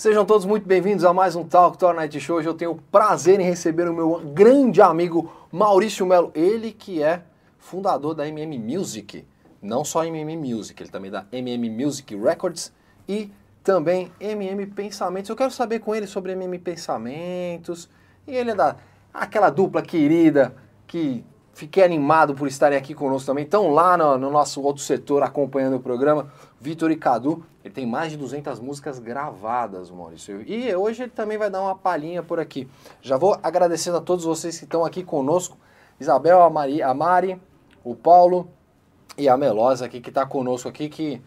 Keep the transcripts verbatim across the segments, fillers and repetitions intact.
Sejam todos muito bem-vindos a mais um Talk Tour Night Show. Hoje eu tenho o prazer em receber o meu grande amigo Maurício Melo. Ele que é fundador da M M Music. Não só M M Music, ele também da M M Music Records e também M M Pensamentos. Eu quero saber com ele sobre M M Pensamentos. E ele é da aquela dupla querida que fiquei animado por estarem aqui conosco também. Estão lá no, no nosso outro setor acompanhando o programa, Vitor e Cadu. Ele tem mais de duzentas músicas gravadas, Maurício. E hoje ele também vai dar uma palhinha por aqui. Já vou agradecendo a todos vocês que estão aqui conosco. Isabel, a Mari, a Mari, o Paulo e a Melosa aqui que está conosco aqui. Que,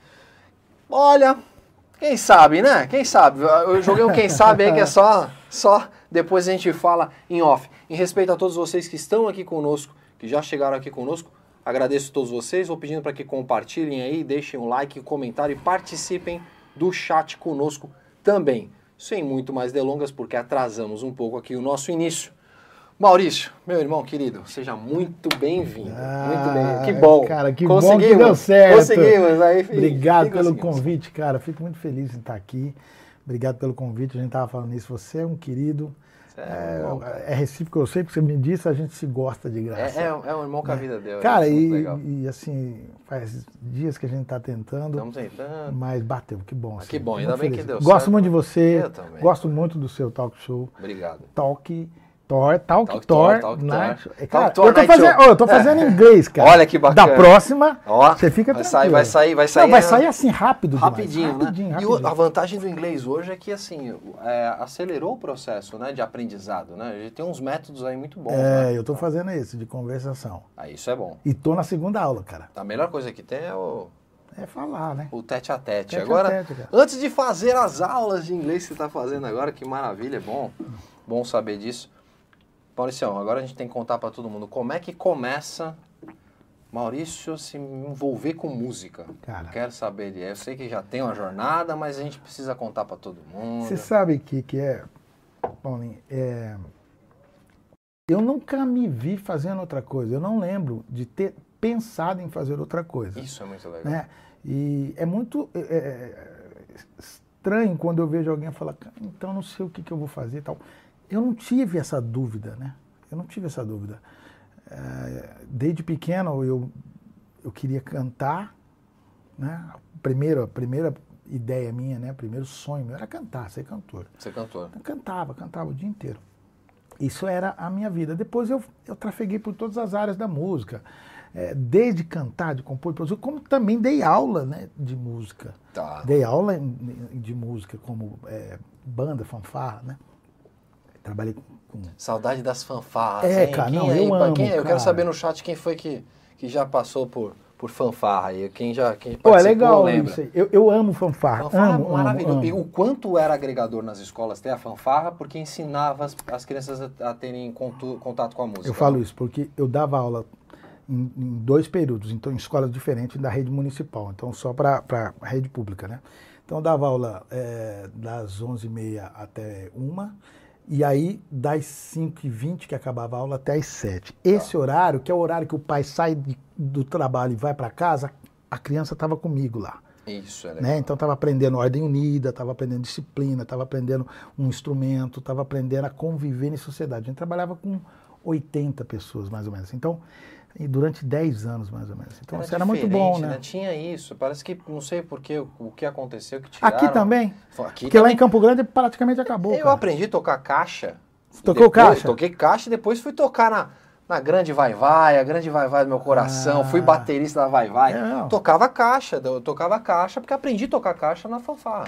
olha, quem sabe, né? Quem sabe? Eu joguei um quem sabe aí que é só, só depois a gente fala em off. Em respeito a todos vocês que estão aqui conosco, que já chegaram aqui conosco, agradeço a todos vocês, vou pedindo para que compartilhem aí, deixem um like, um comentário e participem do chat conosco também. Sem muito mais delongas, porque atrasamos um pouco aqui o nosso início. Maurício, meu irmão querido, seja muito bem-vindo. Ah, muito bem, que bom. Cara, que bom que deu certo. Conseguimos. Aí, Obrigado pelo convite, cara. Fico muito feliz em estar aqui. Obrigado pelo convite. A gente estava falando isso. Você é um querido. É, é, é recíproco, eu sei, porque você me disse, a gente se gosta de graça. É, é, é um irmão que a vida deu. Cara, é e, e assim, faz dias que a gente está tentando. Estamos tentando. Mas bateu, que bom. Assim, que bom, ainda bem que deu certo. Gosto muito de você. Eu também. Gosto muito do seu talk show. Obrigado. Talk Tor, Talk, Talk Tor, Talk Night. Talk Cara, Tor eu tô Night fazendo, Show. eu tô fazendo em inglês, cara. Olha que bacana. Da próxima, Ó, você fica vai tranquilo. sair, vai sair, vai sair. Não, vai sair assim rápido demais. Rapidinho, rapidinho, né? rapidinho. E a vantagem do inglês hoje é que, assim, é, acelerou o processo, né, de aprendizado, né? A gente tem uns métodos aí muito bons, É, né? eu tô fazendo esse, de conversação. Ah, isso é bom. E tô na segunda aula, cara. A melhor coisa que tem é o... É falar, né? O tete a tete. Tete a agora, tete, cara. antes de fazer as aulas de inglês que você está fazendo agora, que maravilha, é bom, bom saber disso. Mauricião, agora a gente tem que contar para todo mundo como é que começa Maurício se envolver com música. Cara, Quero saber de. Eu sei que já tem uma jornada, mas a gente precisa contar para todo mundo. você sabe que que é, Paulinho, é, eu nunca me vi fazendo outra coisa. Eu não lembro de ter pensado em fazer outra coisa. Isso é muito legal. Né? E é muito é, é, estranho quando eu vejo alguém falar, então não sei o que, que eu vou fazer e tal. Eu não tive essa dúvida, né? Eu não tive essa dúvida. É, desde pequeno eu, eu queria cantar, né? Primeiro, a primeira ideia minha, né? O primeiro sonho meu era cantar, ser cantor. Ser cantor. Eu cantava, cantava o dia inteiro. Isso era a minha vida. Depois eu, eu trafeguei por todas as áreas da música. É, desde cantar, de compor, de produzir, como também dei aula, né, de música. Tá. Dei aula de música como é, banda, fanfarra, né? Trabalhei com... Saudade das fanfarras. É, hein? cara, quem não, aí, eu amo, quem, Eu cara. quero saber no chat quem foi que, que já passou por, por fanfarra aí. Quem já quem Pô, é participou, legal lembra. isso aí. Eu, eu amo fanfarra. Fanfarra amo, é maravilhoso. amo, E amo. o quanto era agregador nas escolas ter a fanfarra, porque ensinava as, as crianças a, a terem contu, contato com a música. Eu falo isso porque eu dava aula em, em dois períodos, então em escolas diferentes da rede municipal, então só para a rede pública, né? Então eu dava aula é, das onze e meia até uma, e aí das cinco e vinte que acabava a aula até as sete. Esse tá. horário, que é o horário que o pai sai de, do trabalho e vai para casa, a criança estava comigo lá. Isso, é legal. Né? Então estava aprendendo ordem unida, estava aprendendo disciplina, estava aprendendo um instrumento, estava aprendendo a conviver em sociedade. A gente trabalhava com oitenta pessoas, mais ou menos. Então, e durante dez anos, mais ou menos. Então, era isso era muito bom, né? né? Tinha isso. Parece que, não sei porquê, o, o que aconteceu, que tiraram... Aqui também? Aqui Porque também. lá em Campo Grande praticamente acabou, Eu cara. aprendi a tocar caixa. Tocou depois, caixa? Toquei caixa e depois fui tocar na, na Grande Vai Vai, a Grande Vai Vai do meu coração. Ah. Fui baterista da Vai Vai. É, tocava caixa, eu tocava caixa porque aprendi a tocar caixa na fanfarra.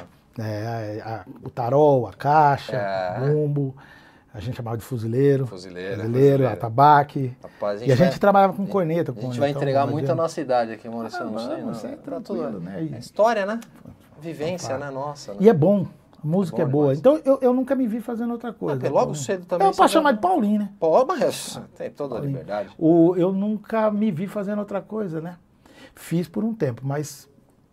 É, a, a, o tarol, a caixa, É. o bumbo, a gente chamava de fuzileiro. Fuzileiro, Fuzileiro, fuzileiro. atabaque. Rapaz, E a gente vai, trabalhava com corneta. A Com gente vai então, entregar não muito a adianta. nossa idade aqui, Maurício. Ah, não sei, não. Isso é Tá tranquilo, tudo- né? E- É história, né? Vivência, né? Nossa. Né? E é bom, a música Bom é boa. demais. Então eu, eu nunca me vi fazendo outra coisa. Porque logo Então, cedo também... Eu você posso já- chamar de Paulinho, né? Pô, mas tem toda a Paulinho. liberdade. O, eu nunca me vi fazendo outra coisa, né? Fiz por um tempo, mas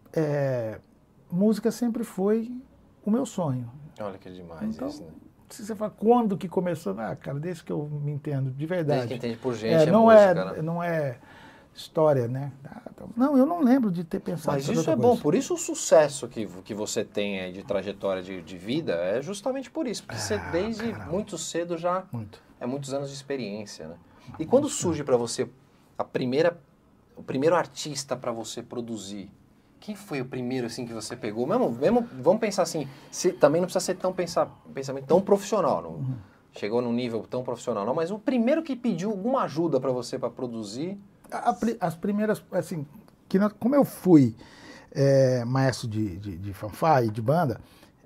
é, música sempre foi o meu sonho. Olha que demais Então, isso, né? se você fala quando que começou, ah, cara, desde que eu me entendo, de verdade. Desde que entende por gente É, é, não música, é, né? não é história, né? Não, eu não lembro de ter pensado. Mas isso é bom, por isso o sucesso que, que você tem aí de trajetória de, de vida é justamente por isso, porque ah, você desde caramba. muito cedo já muito. é muitos anos de experiência, né? E quando surge para você a primeira, o primeiro artista para você produzir? Quem foi o primeiro assim que você pegou? Mesmo, mesmo vamos pensar assim, se, também não precisa ser tão pensar, pensamento tão profissional, não uhum. chegou num nível tão profissional, não, mas o primeiro que pediu alguma ajuda para você para produzir? A, as primeiras, assim, que nós, como eu fui é, maestro de, de, de fanfarra e de banda,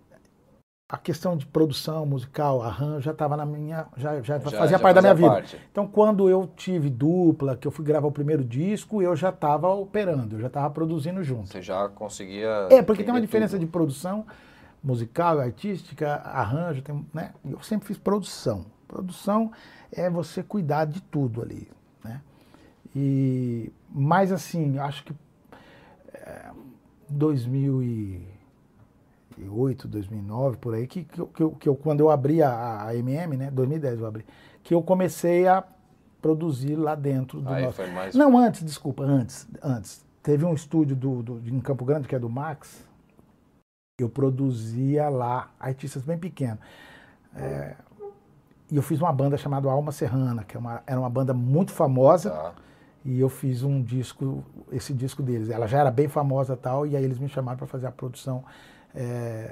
a questão de produção musical, arranjo, já estava na minha, já, já, já fazia já parte da minha vida. Parte. Então, quando eu tive dupla, que eu fui gravar o primeiro disco, eu já estava operando, eu já estava produzindo junto. Você já conseguia... É, porque tem uma diferença tudo. de produção musical, artística, arranjo, tem, né? Eu sempre fiz produção. Produção é você cuidar de tudo ali, né? E, mas assim, acho que é, dois mil e oito, dois mil e nove, por aí, que, que, que, eu, que eu, quando eu abri a, a M M, né, dois mil e dez eu abri, que eu comecei a produzir lá dentro do aí nosso... Foi mais... Não, antes, desculpa, antes, antes. Teve um estúdio do, do, em Campo Grande, que é do Max, eu produzia lá artistas bem pequenos. É, e eu fiz uma banda chamada Alma Serrana, que é uma, era uma banda muito famosa, tá. E eu fiz um disco, esse disco deles. Ela já era bem famosa e tal, e aí eles me chamaram para fazer a produção é,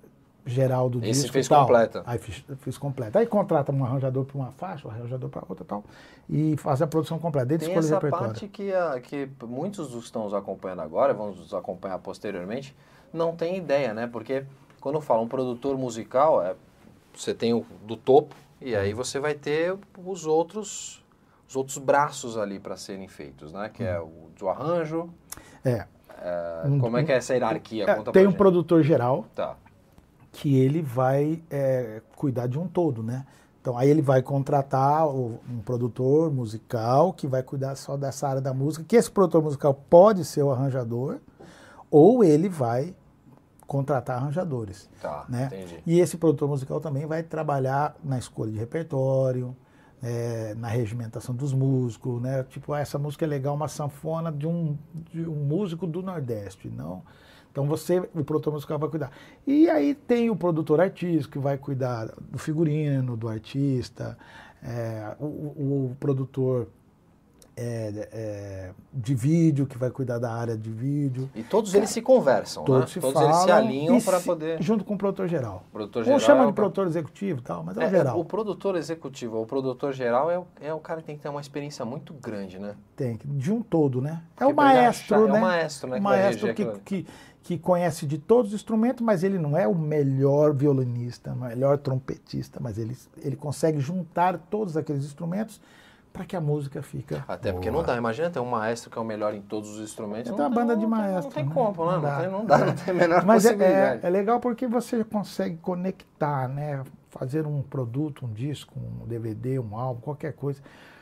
geral do esse disco. Esse fez tal. completa? Aí fiz, fiz completa. Aí contrata um arranjador para uma faixa, um arranjador para outra e tal, e faz a produção completa. Desde Tem essa parte que, a, que muitos dos que estão nos acompanhando agora, vão nos acompanhar posteriormente, não tem ideia, né? Porque quando fala um produtor musical, é, você tem o do topo, e aí você vai ter os outros... os outros braços ali para serem feitos, né? Que é o do arranjo. É. é um, como é que é essa hierarquia? É, Conta tem pra um gente. produtor geral, tá. que ele vai é, cuidar de um todo, né? Então aí ele vai contratar o, um produtor musical que vai cuidar só dessa área da música, que esse produtor musical pode ser o arranjador, ou ele vai contratar arranjadores. Tá, né? Entendi. E esse produtor musical também vai trabalhar na escolha de repertório, É, na regimentação dos músicos, né? Tipo, ah, essa música é legal, uma sanfona de um, de um músico do Nordeste, não? Então você, o produtor musical vai cuidar. E aí tem o produtor artístico que vai cuidar do figurino, do artista, é, o, o, o produtor é, é, de vídeo que vai cuidar da área de vídeo. E todos eles se conversam, todos né? Se todos falam, eles se alinham para poder... Junto com o produtor geral. Produtor Ou geral chama é de o... produtor executivo e tal, mas é, é o geral. O produtor executivo, o produtor geral é o, é o cara que tem que ter uma experiência muito grande, né? Tem, de um todo, né? É Porque o maestro, achar, né? É o maestro, né? O maestro que, que, que conhece de todos os instrumentos, mas ele não é o melhor violinista, o melhor trompetista, mas ele, ele consegue juntar todos aqueles instrumentos para que a música fica Até porque boa. não dá, imagina ter um maestro que é o melhor em todos os instrumentos. Tem uma banda não, de maestro. Não tem né? como, né? Não dá, não, tem, não dá, não tem a menor Mas possibilidade. É, é legal porque você consegue conectar, né? Fazer um produto, um disco, um D V D, um álbum, qualquer coisa.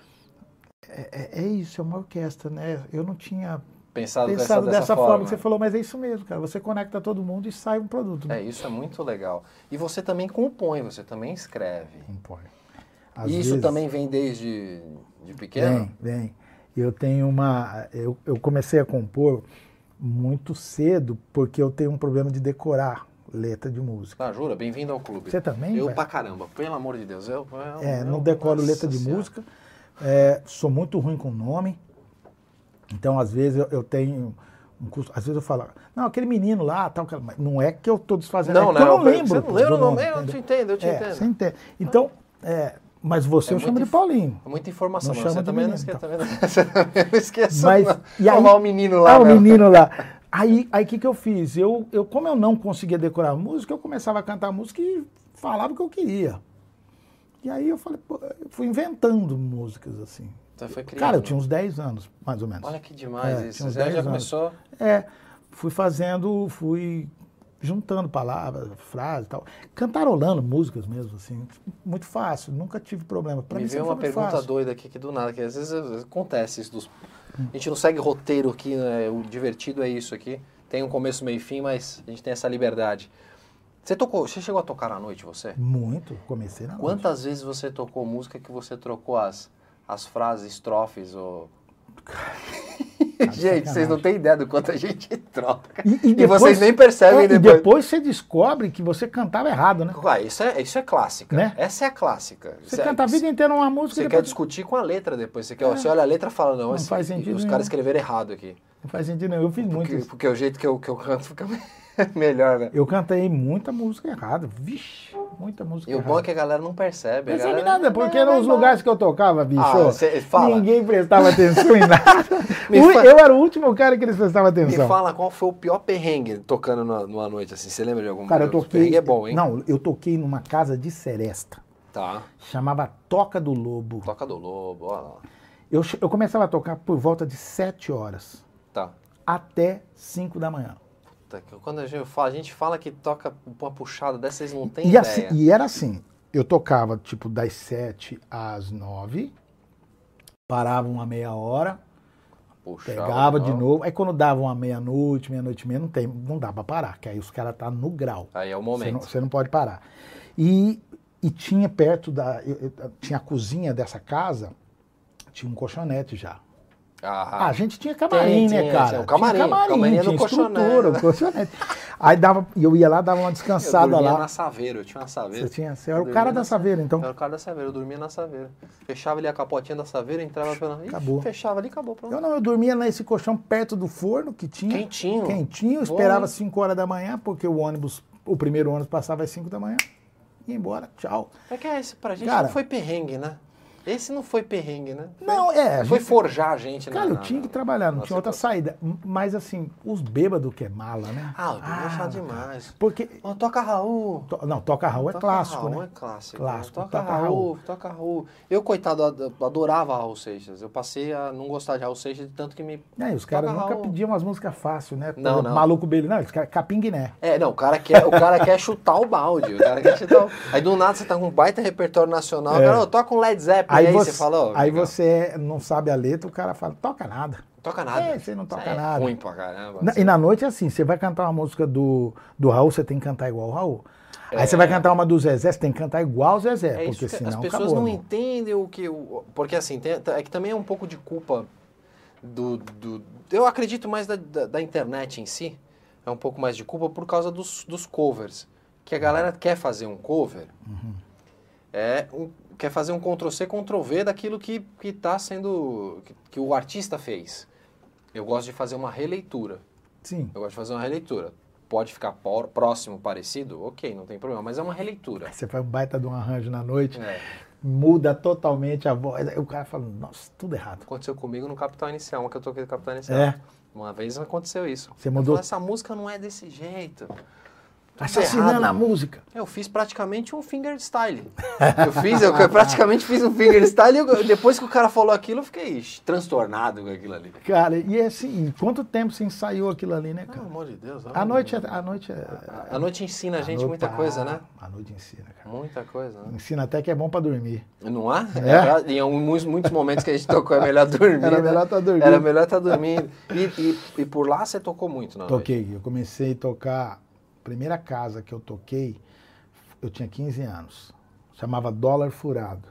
É, é, é isso, é uma orquestra, né? Eu não tinha pensado, pensado dessa, dessa forma. forma que você falou, mas é isso mesmo, cara. Você conecta todo mundo e sai um produto. Né? É, isso é muito legal. E você também compõe, você também escreve. Compõe. Às e isso vezes, também vem desde de pequeno? Vem, vem. Eu tenho uma... Eu, eu comecei a compor muito cedo porque eu tenho um problema de decorar letra de música. Ah, jura? Bem-vindo ao clube. Você também? Eu véio? pra caramba, pelo amor de Deus. Eu, eu, é, eu, não decoro letra de senhora. música. É, sou muito ruim com nome. Então, às vezes, eu, eu tenho... Um curso, às vezes eu falo, não, aquele menino lá, tal, não é que eu estou desfazendo, não, é que não, eu não lembro. Você não lembra o nome, nome, eu te entendo, eu te é, entendo. Você entende. Então, é, mas você é eu chamo de Paulinho. É muita informação, não mas você, de também menino, não esquece, então. também não, você também não esqueça. Mas, não. E aí, o menino lá. Ah, mesmo. o menino lá. Aí, aí que que eu fiz? Eu, eu, como eu não conseguia decorar a música, eu começava a cantar a música e falava o que eu queria. E aí eu falei, pô, eu fui inventando músicas assim. Você foi criando. Cara, eu tinha uns dez anos, mais ou menos. Olha que demais é, isso. Você já anos. começou? É, fui fazendo, fui juntando palavras, frases e tal. Cantarolando músicas mesmo, assim. Muito fácil, nunca tive problema. Pra Me mim veio uma pergunta fácil. doida aqui que do nada, que às vezes, às vezes acontece isso. Dos... Hum. A gente não segue roteiro aqui, né? O divertido é isso aqui. Tem um começo, meio e fim, mas a gente tem essa liberdade. Você tocou, você chegou a tocar à noite, você? Muito, comecei na noite. Quantas vezes você tocou música que você trocou as, as frases, estrofes, ou... Gente, vocês não têm ideia do quanto a gente troca. E, e, e depois, vocês nem percebem é, depois. E depois você descobre que você cantava errado, né? Ué, isso é, isso é clássica. Né? Essa é a clássica. Você Isso canta é, a vida inteira uma música Você e quer depois... discutir com a letra depois. Você, quer, É. você olha a letra e fala, não, Não esse, faz sentido os nenhum. caras escreveram errado aqui. Não faz sentido nenhum. Eu fiz muito Porque, isso. porque o jeito que eu, que eu canto fica melhor, né? Eu cantei muita música errada. Vixe, muita música E o errada. bom é que a galera não percebe. Não a percebe galera, nada, porque é, nos vai lugares que eu tocava, bicho, Ah, cê- fala. ninguém prestava atenção em nada. Me O- fa- Eu era o último cara que eles prestavam Me atenção. fala qual foi o pior perrengue tocando numa, numa noite assim. Você lembra de algum? Cara, eu toquei... Perrengue é bom, hein? Não, eu toquei numa casa de seresta. Tá. Chamava Toca do Lobo. Toca do Lobo, olha lá. Eu, che- eu começava a tocar por volta de sete horas. Tá. Até cinco da manhã. Puta, que Quando a gente fala, a gente fala que toca uma puxada dessa, vocês não têm E, ideia. assim, e era assim, eu tocava tipo das sete às nove, parava uma meia hora, Puxava pegava de novo. Aí quando dava uma meia-noite, meia-noite e meia, não, tem, não dá pra parar, que aí os caras tá no grau. Aí é o Você não, momento. você não pode parar. E, e tinha perto da... eu- eu- tinha a cozinha dessa casa, tinha um colchonete já. Ah, Ah, a gente tinha camarim, Tem, né, tinha, cara? tinha um camarim, Tinha camarim, camarim é tinha no estrutura, colchonete. um colchonete. Aí dava, e eu ia lá, dava uma eu descansada dormia lá. na Saveiro, eu tinha uma Saveiro. Você, tinha, você era Eu o dormia cara na da Saveira, então. Eu era o cara da Saveiro, eu dormia na Saveiro. Fechava ali a capotinha da Saveiro, entrava pela... Ih, Acabou. Fechava ali, acabou. Pronto. Eu não, eu dormia nesse colchão perto do forno que tinha. Quentinho. Quentinho, eu Bom, esperava hein? cinco horas da manhã, porque o ônibus, o primeiro ônibus passava às cinco da manhã. Ia embora, tchau. É que esse pra gente Cara, não foi perrengue, né? Esse não foi perrengue, né? Foi, Não, é. a Foi gente- forjar a gente, né? Cara, eu tinha que trabalhar, não Nossa, tinha outra eu- saída. Mas assim, os bêbados que é mala, né? Ah, o Dudu é chato demais. Porque. Ó, toca Raul. to- Não, Toca Raul é Toca clássico, Raul né? é clássico. Clássico, Toca, toca Raul, Raul. toca Raul. Eu, coitado, ad- adorava Raul Seixas. Eu passei a não gostar de Raul Seixas de tanto que me... É, e os caras Toca nunca Raul. pediam umas músicas fáceis, né? Por Não, exemplo, não. Maluco Belli, não, os caras Capinguiné. É, não, o cara quer, o cara quer chutar o balde. O cara quer chutar o... Aí do nada você tá com um baita repertório nacional. É. O cara, ô, toca um Led Zeppelin. Aí, Aí, você, você fala, ó, aí legal. você não sabe a letra, o cara fala, toca nada. Toca nada. É, você não toca Isso aí nada. É ruim pra caramba. Na- e na noite é assim, você vai cantar uma música do, do Raul, você tem que cantar igual o Raul. É. Aí você vai cantar uma do Zezé, você tem que cantar igual o Zezé, É isso porque que senão as pessoas acabou. não né? entendem o que... o- Porque assim, tem, é que também é um pouco de culpa do... do eu acredito mais da, da, da internet em si. É um pouco mais de culpa por causa dos, dos covers. Que a galera quer fazer um cover, Uhum. é um, quer fazer um control C, control V daquilo que que está sendo... Que, que o artista fez. Eu gosto de fazer uma releitura. Sim. Eu gosto de fazer uma releitura. Pode ficar por- próximo, parecido? Ok, não tem problema. Mas é uma releitura. Você faz um baita de um arranjo na noite, É. muda totalmente a voz. Aí o cara fala, nossa, tudo errado. Aconteceu comigo no Capital Inicial, uma que eu toquei do Capital Inicial. É. Uma vez aconteceu isso. Você Eu mudou? falei, essa música não é desse jeito. Tudo Assassinando errado. a música. Eu fiz praticamente um fingerstyle. Eu fiz, eu praticamente fiz um fingerstyle e eu- depois que o cara falou aquilo, eu fiquei transtornado com aquilo ali. Cara, e assim, quanto tempo você ensaiou aquilo ali, né, Pelo cara? amor de Deus. A noite é... A noite, é, A noite ensina a gente noite- muita coisa, né? A noite ensina, cara. Muita coisa, né? Ensina até que é bom pra dormir. Não há? É? Era- em alguns, muitos momentos que a gente tocou, é melhor dormir. Era né? melhor estar dormindo. Era melhor estar dormindo. E, e, e por lá você tocou muito, não? Toquei, eu comecei a tocar... Primeira casa que eu toquei, eu tinha quinze anos. Chamava Dólar Furado.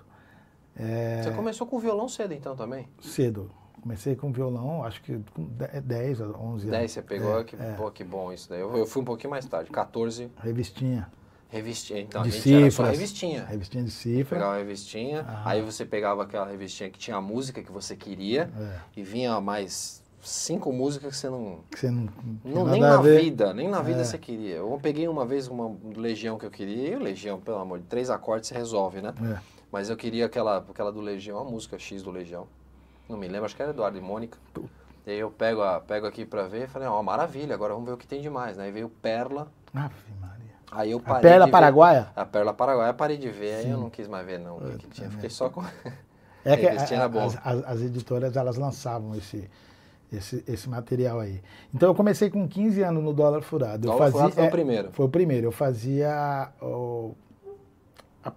É, Você começou com violão cedo então também? cedo. Comecei com violão, acho que com dez, onze anos. dez você pegou, É, que, é. pô, que bom isso daí. Eu, eu fui um pouquinho mais tarde, catorze, Revistinha. revistinha. Então, De a gente era só cifras. revistinha. Revistinha de cifra. Pegava a revistinha, Aham. aí você pegava aquela revistinha que tinha a música que você queria É, e vinha mais cinco músicas que você não... que você não, não não tem nem nada na a ver. vida, nem na vida É. você queria. Eu peguei uma vez uma Legião que eu queria, e o Legião, pelo amor de três acordes você resolve, né? É. Mas eu queria aquela, aquela do Legião, a música X do Legião. Não me lembro, acho que era Eduardo e Mônica. E aí eu pego, a, pego aqui pra ver e falei, ó, maravilha, agora vamos ver o que tem de mais, né? Aí veio Perla, Ave Maria. aí eu A parei Perla de ver- Paraguaia? A Perla Paraguaia eu parei de ver, aí Sim. eu não quis mais ver não, o que tinha, também. fiquei só com... É que Revistinha era a- bom. as, as- as editoras, elas lançavam esse, esse, esse material aí. Então eu comecei com quinze anos no Dólar Furado. Eu Dólar fazia, Furado foi o é, primeiro. Foi o primeiro. Eu fazia o, a- o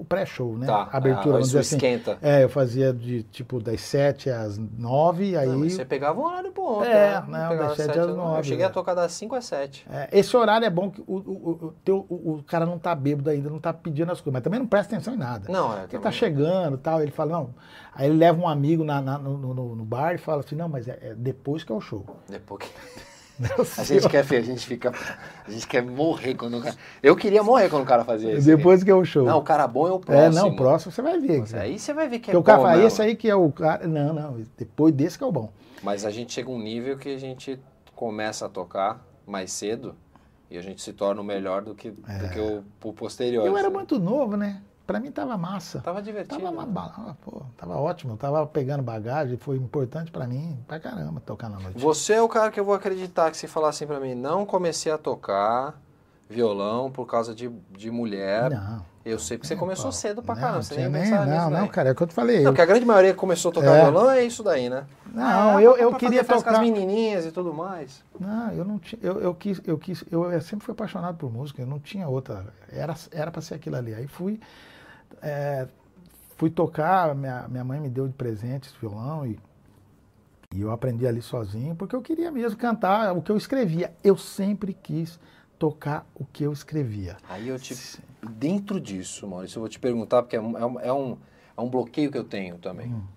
pré-show, né? Tá, Abertura, ah, vamos isso dizer assim. esquenta. É, eu fazia de tipo das sete às nove, aí... Não, mas você pegava um horário bom, É, cara. não, Pegava das sete às nove. Eu cheguei é. a tocar das cinco às sete. É, esse horário é bom que o, o, o, teu, o, o cara não tá bêbado ainda, não tá pedindo as coisas, mas também não presta atenção em nada. Não, é. Porque ele tá chegando e tal, ele fala, não. Aí ele leva um amigo na, na, no, no, no bar e fala assim, não, mas é, é depois que é o show. Depois que... Meu A gente quer, a gente fica, a gente quer morrer quando o cara... Eu queria morrer quando o cara fazia isso. Depois que é o show. Não, o cara bom é o próximo. É, não, o próximo você vai ver. Mas aí você vai ver que é Porque bom o cara fala, mesmo. esse aí que é o cara... Não, não, depois desse que é o bom. Mas a gente chega a um nível que a gente começa a tocar mais cedo e a gente se torna o melhor do que, É. do que o, o posterior. Eu era assim. muito novo, né? Pra mim tava massa. Tava divertido. Tava, uma bala, pô, tava ótimo, tava pegando bagagem, foi importante pra mim, pra caramba, tocar na noite. Você é o cara que eu vou acreditar que se falar assim pra mim, não comecei a tocar violão por causa de, de mulher. Não. Eu sei que você Nem começou pau. cedo pra Não, caramba, você tinha nem nem- pensava nisso Não, daí. não, cara, é o que eu te falei. Não, eu- porque a grande maioria que começou a tocar É. violão é isso daí, né? Não, Ah, eu, pra- eu pra queria fazer festa com tocar... as menininhas e tudo mais. Não, eu não tinha, eu, eu quis, eu quis, eu sempre fui apaixonado por música, eu não tinha outra, era, era pra ser aquilo ali. Aí fui, é, fui tocar, minha, minha mãe me deu de presente esse violão e, e eu aprendi ali sozinho, porque eu queria mesmo cantar o que eu escrevia. Eu sempre quis tocar o que eu escrevia. Aí eu te... Dentro disso, Maurício, eu vou te perguntar, porque é um, é um, é um, é um bloqueio que eu tenho também. Hum.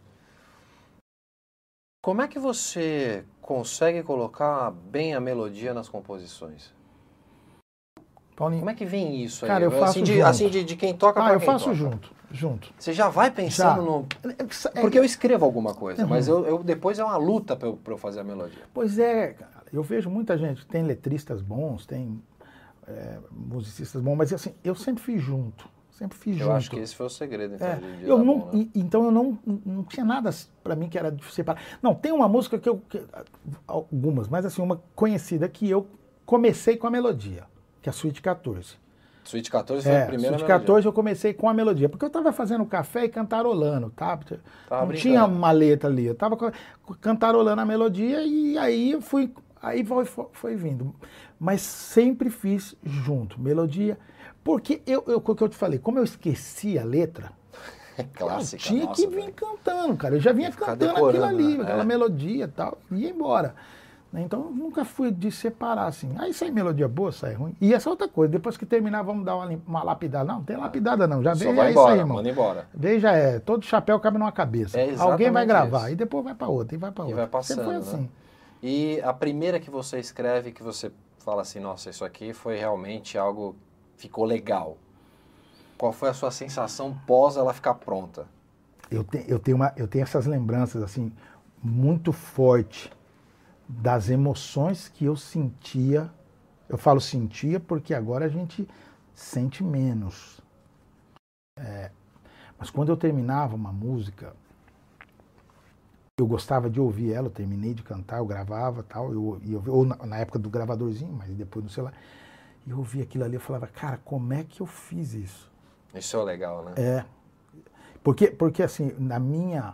Como é que você consegue colocar bem a melodia nas composições? Paulinho, Como é que vem isso aí? Cara, eu faço assim, de, junto. assim de, de quem toca ah, pra eu quem faço toca. junto, junto. Você já vai pensando Já. no... É, Porque eu escrevo alguma coisa, Uhum. mas eu, eu depois é uma luta pra eu, pra eu fazer a melodia. Pois é, cara, eu vejo muita gente, tem letristas bons, tem é, musicistas bons, mas assim, eu sempre fiz junto, sempre fiz Eu junto. acho que esse foi o segredo, então, É, de, de eu dar não, bom, né? e- então eu não, não tinha nada pra mim que era de separar. Não, tem uma música que eu, que- algumas, mas assim, uma conhecida que eu comecei com a melodia, que é a Suíte quatorze. Suíte quatorze foi a É, primeira Suíte melodia. quatorze eu comecei com a melodia, porque eu tava fazendo café e cantarolando, tá? Tava não brincando. tinha uma letra ali, eu tava co- cantarolando a melodia e aí eu fui, aí foi, foi, foi vindo. Mas sempre fiz junto, melodia, porque eu, eu, o que eu te falei, como eu esqueci a letra, É clássica, eu tinha nossa, que vir velho. cantando, cara. Eu já vinha Ia ficar cantando aquilo decorando, ali, né? aquela É. melodia e tal, e ia embora. Né? Então eu nunca fui de separar assim. Aí sai melodia boa, sai ruim. E essa outra coisa, depois que terminar, vamos dar uma, lim- uma lapidada. Não, não tem lapidada não. Já Só veio vai é isso embora, aí, irmão. manda embora. Veja, é, todo chapéu cabe numa cabeça. É exatamente Alguém vai gravar, isso. e depois vai pra outra, e vai pra E outra. vai passando, Sempre foi né? assim. E a primeira que você escreve, que você fala assim, nossa, isso aqui foi realmente algo, ficou legal. Qual foi a sua sensação pós ela ficar pronta? Eu, te, eu, tenho uma, eu tenho essas lembranças, assim, muito forte das emoções que eu sentia. Eu falo sentia porque agora a gente sente menos. É, mas quando eu terminava uma música, eu gostava de ouvir ela, eu terminei de cantar, eu gravava tal, eu, e eu, ou na, na época do gravadorzinho, mas depois no celular, e eu ouvia aquilo ali, eu falava, cara, como é que eu fiz isso? Isso é legal, né? É. Porque, porque assim, na minha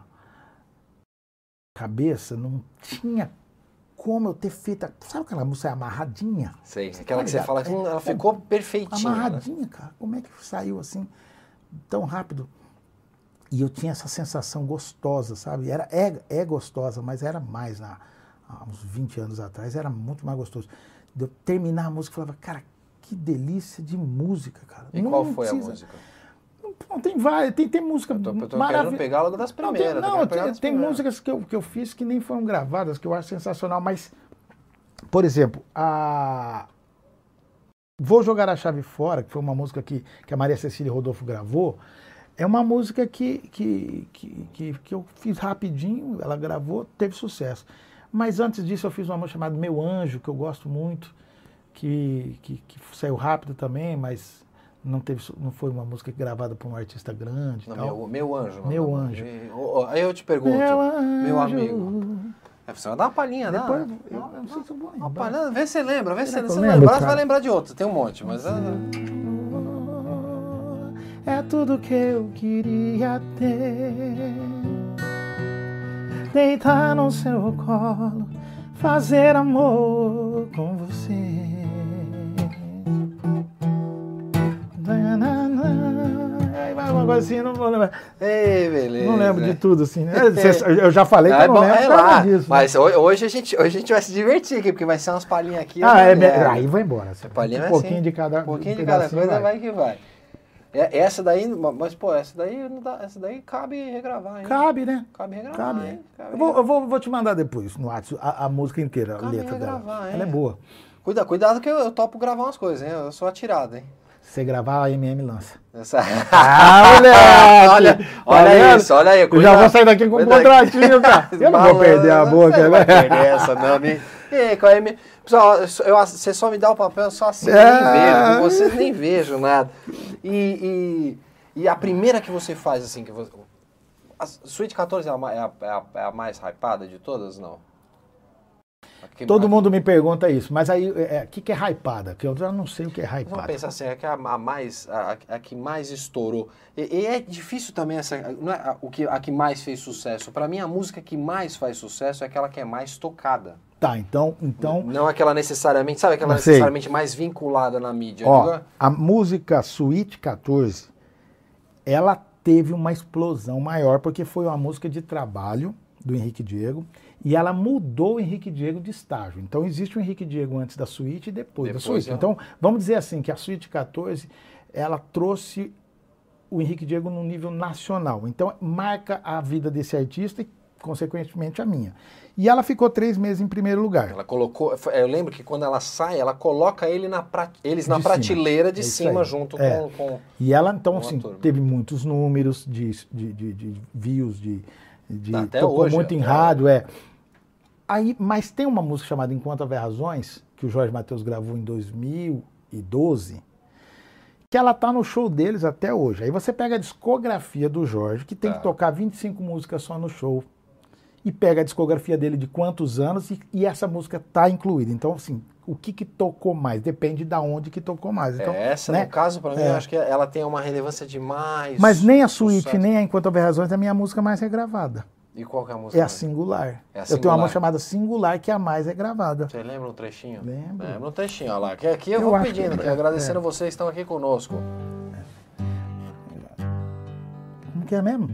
cabeça não tinha como eu ter feito. a- Sabe aquela música amarradinha? Sei, aquela tá que você ligado? fala que É, ela ficou perfeitinha, né? Amarradinha, cara. Como é que saiu assim tão rápido? E eu tinha essa sensação gostosa, sabe? Era, é, é gostosa, mas era mais na, há uns vinte anos atrás, era muito mais gostoso. De eu terminar a música, eu falava, cara, que delícia de música, cara. E Não qual foi precisa- a música? Não, tem várias, tem, tem música Eu tô, eu tô maravilhosa. querendo pegar logo das primeiras. Não, tem, eu não, quero pegar tem, das tem primeiras. músicas que eu, que eu fiz que nem foram gravadas, que eu acho sensacional, mas, por exemplo, a Vou Jogar a Chave Fora, que foi uma música que, que a Maria Cecília Rodolfo gravou, é uma música que, que, que, que, que eu fiz rapidinho, ela gravou, teve sucesso. Mas antes disso eu fiz uma música chamada Meu Anjo, que eu gosto muito, que, que, que saiu rápido também, mas não, teve, su- não foi uma música gravada por um artista grande e Não, tal. meu, meu anjo. não, Meu não, anjo. e- ô, ô, Aí eu te pergunto, Meu meu, anjo. amigo. É, você vai dar uma palhinha, dá? Depois, eu, eu não sei se eu vou Uma lembrar. palhinha, vê se você lembra, vê se Será você que eu não lembro, lembrar, você cara? vai lembrar de outro. Tem um monte, mas... ah, É tudo que eu queria ter. Deitar no seu colo, fazer amor com você. Aí vai uma coisa assim, não vou lembrar. Ei, beleza. Não lembro de tudo, assim, né? Eu já falei que eu não lembro nada disso. Mas né? hoje, a gente, hoje a gente vai se divertir aqui, porque vai ser umas palhinhas aqui. Ah, é, é, aí vai embora. Palhinha um pouquinho assim, de cada Um pouquinho um de cada coisa vai. vai que vai. Essa daí, mas pô, essa daí, não dá, essa daí cabe regravar, hein? Cabe, né? Cabe regravar, cabe. hein? Cabe eu, vou, eu vou, vou te mandar depois no WhatsApp a, a música inteira, a cabe letra regravar, dela. Hein? Ela é boa. Cuida, cuidado que eu, eu topo gravar umas coisas, hein? Eu sou atirado, hein? Se você gravar, a M M lança. Essa... Ah, moleque! olha olha isso, olha aí. Eu já vou sair daqui com um contratinho, cara. Eu não vou perder a boca, né? Não vai perder essa, não, me... E aí, com a M... Pessoal, eu, você só me dá o papel, só assim, é... nem vejo. Com vocês nem vejo nada. E, e, e a primeira que você faz, assim, que você... A Suite quatorze é a, é, a, é, a, é a mais hypada de todas, não? Que Todo mais... mundo me pergunta isso, mas aí, o é, que, que é hypada? Que eu já não sei o que é hypada. Vamos pensar assim, é que a, a, mais, a, a que mais estourou. E, e é difícil também essa, não é a, o que, a que mais fez sucesso. Para mim, a música que mais faz sucesso é aquela que é mais tocada. Tá, então... então... Não aquela necessariamente, sabe aquela necessariamente mais vinculada na mídia. Ó, né? a música Suite quatorze, ela teve uma explosão maior, porque foi uma música de trabalho do Henrique Diego, e ela mudou o Henrique Diego de estágio. Então existe o Henrique Diego antes da Suite e depois, depois da Suite. É. Então vamos dizer assim, que a Suite quatorze, ela trouxe o Henrique Diego num nível nacional. Então marca a vida desse artista e, consequentemente, a minha. E ela ficou três meses em primeiro lugar. Ela colocou, eu lembro que quando ela sai, ela coloca ele na pra, eles na de prateleira cima. de é cima, aí. junto é. com, com... E ela, então, assim, teve muitos números de, de, de, de views, de... de Até tocou hoje, muito em rádio, é. Aí, mas tem uma música chamada Enquanto Houver Razões, que o Jorge Mateus gravou em dois mil e doze, que ela tá no show deles até hoje. Aí você pega a discografia do Jorge, que tem tá. que tocar vinte e cinco músicas só no show, e pega a discografia dele de quantos anos, e, e essa música tá incluída. Então, assim, o que que tocou mais? Depende de onde que tocou mais. Então, é, essa, né? no caso, para mim, é. eu acho que ela tem uma relevância demais. Mas nem a Suite, nem a Enquanto Houver Razões é a minha música mais regravada. E qual que é a música? É a Singular. É a eu Singular. tenho uma música chamada Singular, que é a mais regravada. Você lembra um trechinho? Lembro. Lembra um trechinho, olha lá. Que aqui eu, eu vou pedindo, que, que agradecendo é. vocês que estão aqui conosco. Como que é mesmo?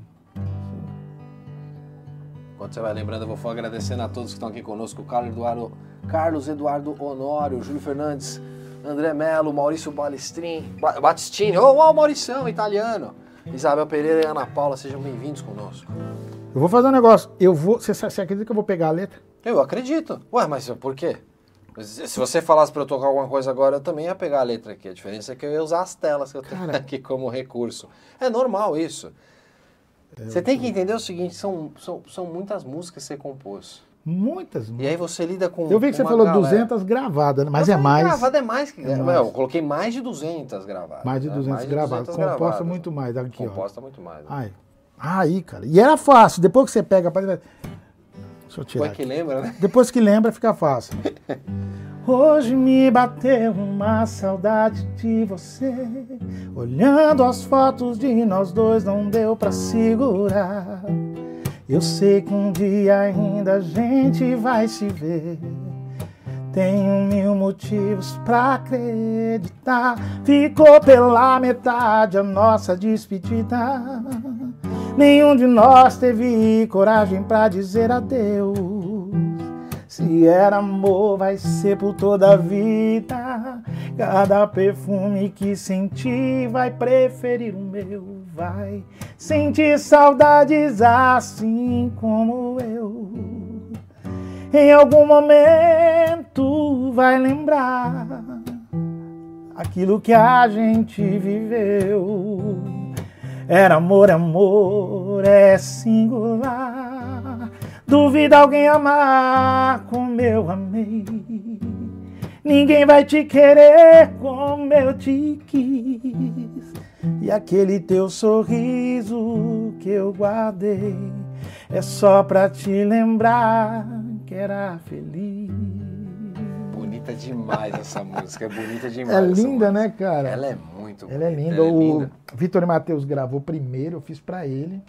Enquanto você vai lembrando, eu vou agradecendo a todos que estão aqui conosco. Carlos Eduardo, Carlos Eduardo Honório, Júlio Fernandes, André Melo, Maurício Balestrin, Battistini, ô, oh, oh, Maurição, italiano. Isabel Pereira e Ana Paula, sejam bem-vindos conosco. Eu vou fazer um negócio. Eu vou. Você, você acredita que eu vou pegar a letra? Eu acredito. Ué, mas por quê? Se você falasse para eu tocar alguma coisa agora, eu também ia pegar a letra aqui. A diferença é que eu ia usar as telas que eu tenho Cara, aqui como recurso. É normal isso. É, você tem que entender o seguinte: são, são, são muitas músicas que você compôs. Muitas, E aí você lida com. Eu vi que você falou galera. duzentas gravadas, mas eu é mais. Gravada é mais que. É mais. Eu coloquei mais de duzentas gravadas. Mais de duzentas né? mais gravadas. De duzentas Composta gravadas. muito mais. Aqui, Composta ó. muito mais. Né? Ai. Aí, cara. E era fácil. Depois que você pega. Deixa eu tirar. Depois que lembra, né? Depois que lembra, fica fácil. Hoje me bateu uma saudade de você. Olhando as fotos de nós dois, não deu pra segurar. Eu sei que um dia ainda a gente vai se ver. Tenho mil motivos pra acreditar. Ficou pela metade a nossa despedida. Nenhum de nós teve coragem pra dizer adeus. Se era amor, vai ser por toda a vida. Cada perfume que senti vai preferir o meu. Vai sentir saudades assim como eu. Em algum momento vai lembrar aquilo que a gente viveu. Era amor, amor, é singular. Duvida alguém amar como eu amei. Ninguém vai te querer como eu te quis. E aquele teu sorriso que eu guardei é só pra te lembrar que era feliz. Bonita demais essa música, é bonita demais. É linda, né, cara? Ela é muito bonita. Ela é linda. Ela é linda. O Vitor e Matheus gravou primeiro, eu fiz pra ele.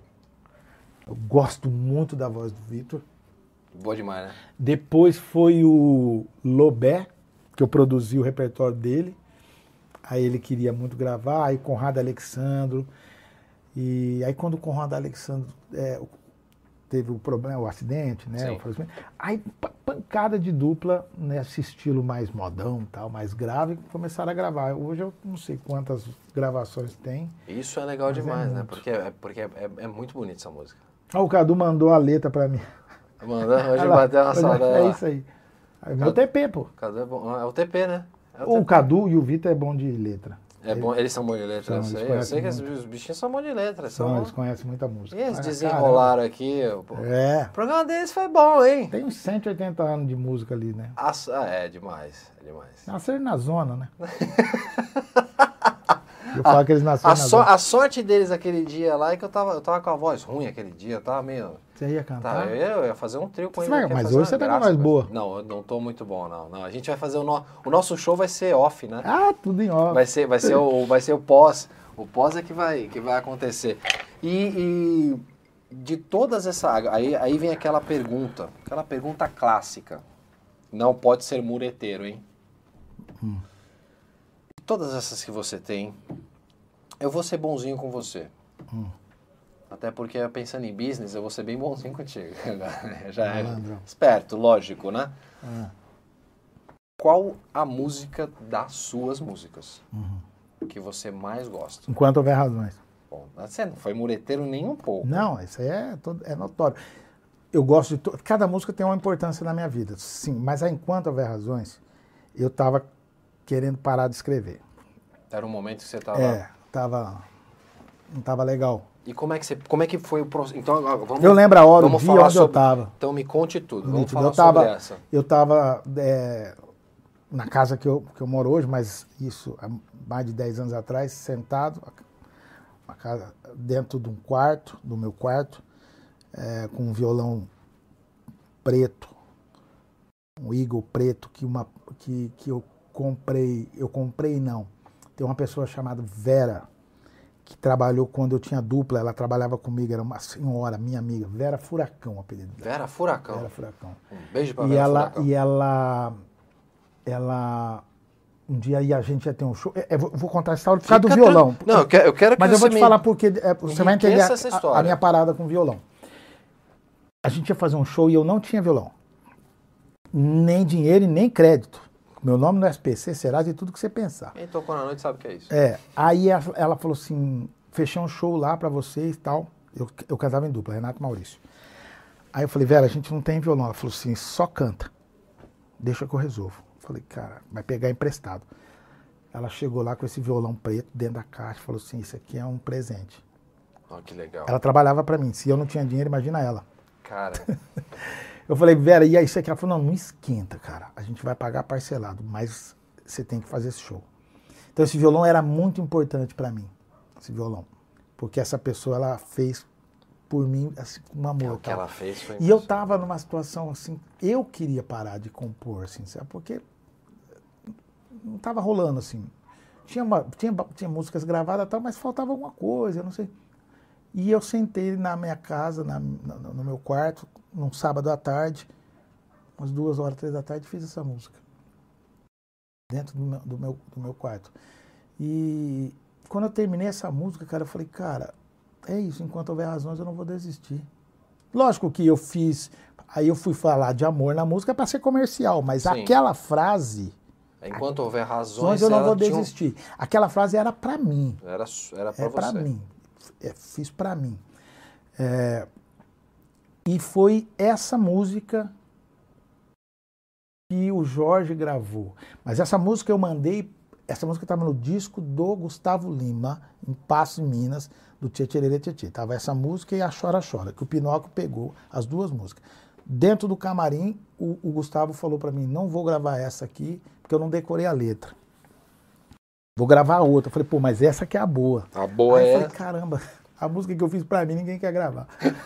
Eu gosto muito da voz do Vitor. Boa demais, né? Depois foi o Lobé, que eu produzi o repertório dele. Aí ele queria muito gravar, aí Conrado Alexandro. E aí quando o Conrado Alexandro é, teve o problema, o acidente, né? O aí pancada de dupla nesse estilo mais modão, tal, mais grave, começaram a gravar. Hoje eu não sei quantas gravações tem. Isso é legal demais, é né? Porque, é, porque é, é, é muito bonita essa música. Ah, o Cadu mandou a letra pra mim. Mandou? Hoje bateu uma saudade. É isso aí. É meu T P, pô. Cadu é bom. É o T P, né? É o, o Cadu e o Vitor é bom de letra. É bom, eles são bons de letra, são, eu sei, eu sei que muito. Os bichinhos são bons de letra. São, são eles conhecem muita música. E eles ah, desenrolaram caramba. aqui. Pô. É. O programa deles foi bom, hein? Tem uns cento e oitenta anos de música ali, né? Ah, é demais, é demais. Nasceram na zona, né? Eu falo que eles nasceram a na so, zona. A sorte deles aquele dia lá é que eu tava, eu tava com a voz ruim aquele dia, eu tava meio... Você ia cantar? Tá, eu, eu ia fazer um trio com ele. Vai, mas hoje você tá com a voz boa. Não, eu não tô muito bom, não. não. A gente vai fazer o, no, o nosso show vai ser off, né? Ah, tudo em off. Vai ser, vai ser, o, vai ser o pós. O pós é que vai, que vai acontecer. E, e de todas essas... Aí, aí vem aquela pergunta, aquela pergunta clássica. Não pode ser mureteiro, hein? Hum. Todas essas que você tem, eu vou ser bonzinho com você. Hum. Até porque, pensando em business, eu vou ser bem bonzinho contigo. Já é esperto, lógico, né? Ah. Qual a música das suas músicas uhum. que você mais gosta? Enquanto houver razões. Bom, você não foi mureteiro nem um pouco. Não, isso aí é, todo, é notório. Eu gosto de... To... Cada música tem uma importância na minha vida, sim. Mas enquanto houver razões, eu estava querendo parar de escrever. Era um momento que você estava... É, tava... não estava legal. E como é que, você, como é que foi o processo? Então, vamos, eu lembro a hora, o dia onde sobre, eu estava. Então me conte tudo, vamos Nítido, falar eu tava, sobre essa. Eu estava é, na casa que eu, que eu moro hoje, mas isso há mais de dez anos atrás, sentado, uma casa, dentro de um quarto, do meu quarto, é, com um violão preto, um Eagle preto, que, uma, que, que eu comprei, eu comprei não, tem uma pessoa chamada Vera, que trabalhou quando eu tinha dupla, ela trabalhava comigo, era uma senhora, minha amiga, Vera Furacão, o apelido dela. Vera Furacão? Vera Furacão. Um beijo pra e Vera ela, Furacão. E ela, ela, um dia aí a gente ia ter um show, eu vou, vou contar a história por causa do violão. Não, eu quero, eu quero que Mas você eu vou te me... falar porque é, você vai entender essa a, a minha parada com violão. A gente ia fazer um show e eu não tinha violão. Nem dinheiro e nem crédito. Meu nome no S P C, Serasa e tudo que você pensar. Quem tocou na noite sabe o que é isso. É, aí ela, ela falou assim, fechei um show lá pra vocês e tal. Eu, eu cantava em dupla, Renato e Maurício. Aí eu falei, Vera, a gente não tem violão. Ela falou assim, só canta. Deixa que eu resolvo. Eu falei, cara, vai pegar emprestado. Ela chegou lá com esse violão preto dentro da caixa e falou assim, isso aqui é um presente. Oh, que legal. Ela trabalhava pra mim. Se eu não tinha dinheiro, imagina ela. Cara... Eu falei, Vera, e aí isso aqui? Ela falou, não, não esquenta, cara. A gente vai pagar parcelado, mas você tem que fazer esse show. Então esse violão era muito importante pra mim, esse violão. Porque essa pessoa, ela fez por mim, assim, com amor. É, o que ela fez foi... E eu tava numa situação assim, eu queria parar de compor, assim, sabe? Porque não tava rolando, assim. Tinha, uma, tinha, tinha músicas gravadas e tal, mas faltava alguma coisa, eu não sei. E eu sentei na minha casa, na, no, no meu quarto, num sábado à tarde, umas duas horas, três da tarde, fiz essa música. Dentro do meu, do meu, do meu quarto. E quando eu terminei essa música, cara, eu falei, cara, é isso, enquanto houver razões eu não vou desistir. Lógico que eu fiz, aí eu fui falar de amor na música para ser comercial, mas Sim. aquela frase... Enquanto houver razões, eu não vou desistir. Um... Aquela frase era para mim. Era, era para é você. Pra mim. É, fiz para mim. É, e foi essa música que o Jorge gravou. Mas essa música eu mandei, essa música estava no disco do Gustavo Lima, em Passos, em Minas, do Tchê Tchererê Tchê Tchê. Tava essa música e a Chora Chora, que o Pinóquio pegou as duas músicas. Dentro do camarim, o, o Gustavo falou para mim, não vou gravar essa aqui, porque eu não decorei a letra. Vou gravar a outra. Eu falei, pô, mas essa que é a boa. A boa aí é... eu falei, caramba, a música que eu fiz pra mim, ninguém quer gravar.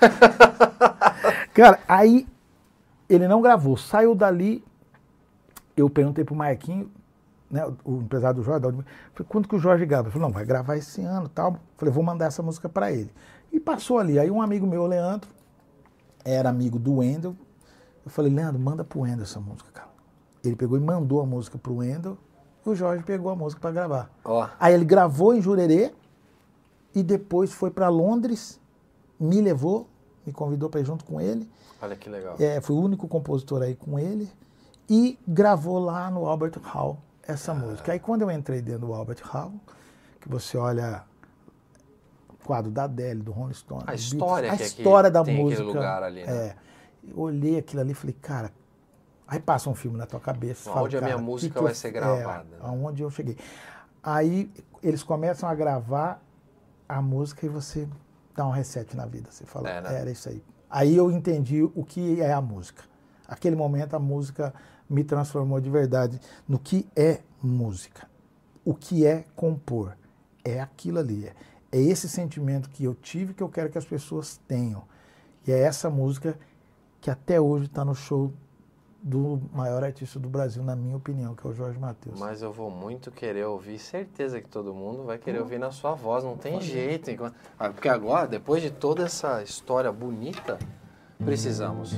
Cara, aí ele não gravou. Saiu dali, eu perguntei pro Marquinho, né, o empresário do Jorge, falei, quando que o Jorge grava? Ele falou, não, vai gravar esse ano e tal. Eu falei, vou mandar essa música pra ele. E passou ali. Aí um amigo meu, o Leandro, era amigo do Wendel. Eu falei, Leandro, manda pro Wendel essa música, cara. Ele pegou e mandou a música pro Wendel. o Jorge pegou a música para gravar. Ó. Aí ele gravou em Jurerê e depois foi para Londres, me levou, me convidou para ir junto com ele. Olha que legal. É, fui o único compositor aí com ele e gravou lá no Albert Hall essa ah. música. Aí quando eu entrei dentro do Albert Hall, que você olha o quadro da Adele, do Rolling Stone, a história, Beatles, que a história da tem música. Aquele lugar ali, né? É, eu olhei aquilo ali e falei, cara, aí passa um filme na tua cabeça. Onde fala, a minha cara, música que que vai eu, ser gravada. É, aonde eu cheguei. Aí eles começam a gravar a música e você dá um reset na vida. Você fala, é, né? Era isso aí. Aí eu entendi o que é a música. Aquele momento a música me transformou de verdade no que é música. O que é compor. É aquilo ali. É, é esse sentimento que eu tive que eu quero que as pessoas tenham. E é essa música que até hoje está no show do maior artista do Brasil, na minha opinião, que é o Jorge Mateus. Mas eu vou muito querer ouvir, certeza que todo mundo vai querer ouvir na sua voz, não tem jeito. Porque agora, depois de toda essa história bonita, precisamos.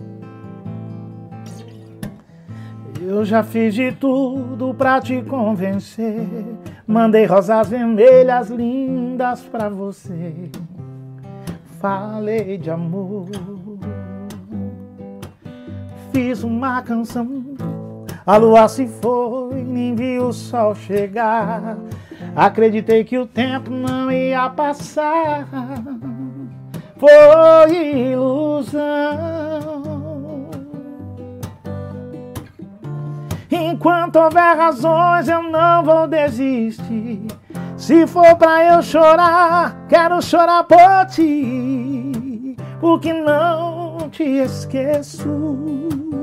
Eu já fiz de tudo pra te convencer, mandei rosas vermelhas lindas pra você, falei de amor. Fiz uma canção, a lua se foi, nem vi o sol chegar. Acreditei que o tempo não ia passar, foi ilusão. Enquanto houver razões eu não vou desistir. Se for pra eu chorar, quero chorar por ti, porque não te esqueço.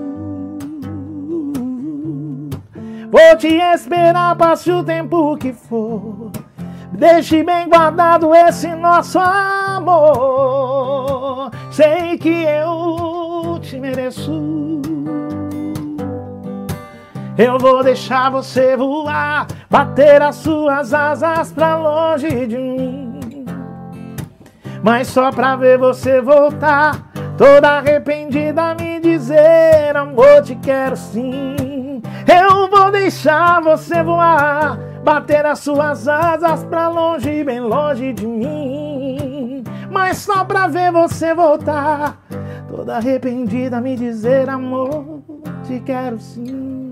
Vou te esperar, passe o tempo que for, deixe bem guardado esse nosso amor. Sei que eu te mereço. Eu vou deixar você voar, bater as suas asas pra longe de mim, mas só pra ver você voltar, toda arrependida, me dizer, amor, te quero sim. Eu vou deixar você voar, bater as suas asas pra longe, bem longe de mim, mas só pra ver você voltar, toda arrependida, me dizer, amor, te quero sim.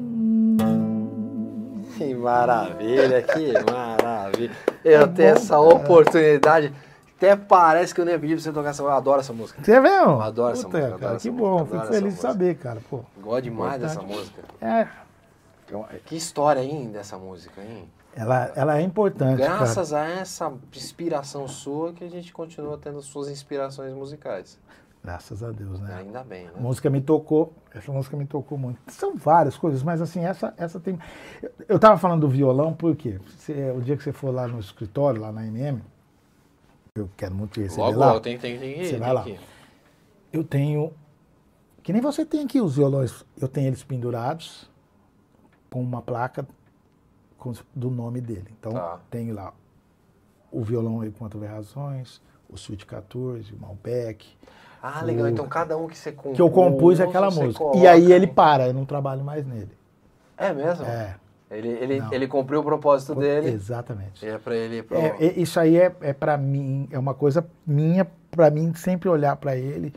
Que maravilha, que maravilha. Eu é tenho bom, essa cara. Oportunidade. Até parece que eu nem pedi pra você tocar essa música. Eu adoro essa música. Você viu? Eu adoro Puta, essa música. Cara, adoro que essa bom, música, fico feliz de saber, cara. Pô, gosto demais dessa música. É. Que história, hein, dessa música, hein? Ela, ela é importante. Graças cara. a essa inspiração sua que a gente continua tendo suas inspirações musicais. Graças a Deus, né? Ainda bem, né? A música me tocou, essa música me tocou muito. São várias coisas, mas assim, essa, essa tem... Eu, eu tava falando do violão, por quê? Você, o dia que você for lá no escritório, lá na M M, eu quero muito receber logo, lá. Logo, tem, tem, tem que ir. Você vai lá. Ir. Eu tenho, que nem você tem aqui, os violões, eu tenho eles pendurados com uma placa com, do nome dele. Então, tá. Tenho lá o violão Enquanto Houver Razões, o Suite quatorze, o Malbec... Ah, legal. O, então cada um que você compôs... Que eu compus aquela música. Coloca... E aí ele para, eu não trabalho mais nele. É mesmo? É. Ele, ele, ele cumpriu o propósito dele. Exatamente. E é pra ele... Pro... É, isso aí é, é pra mim, é uma coisa minha, pra mim sempre olhar pra ele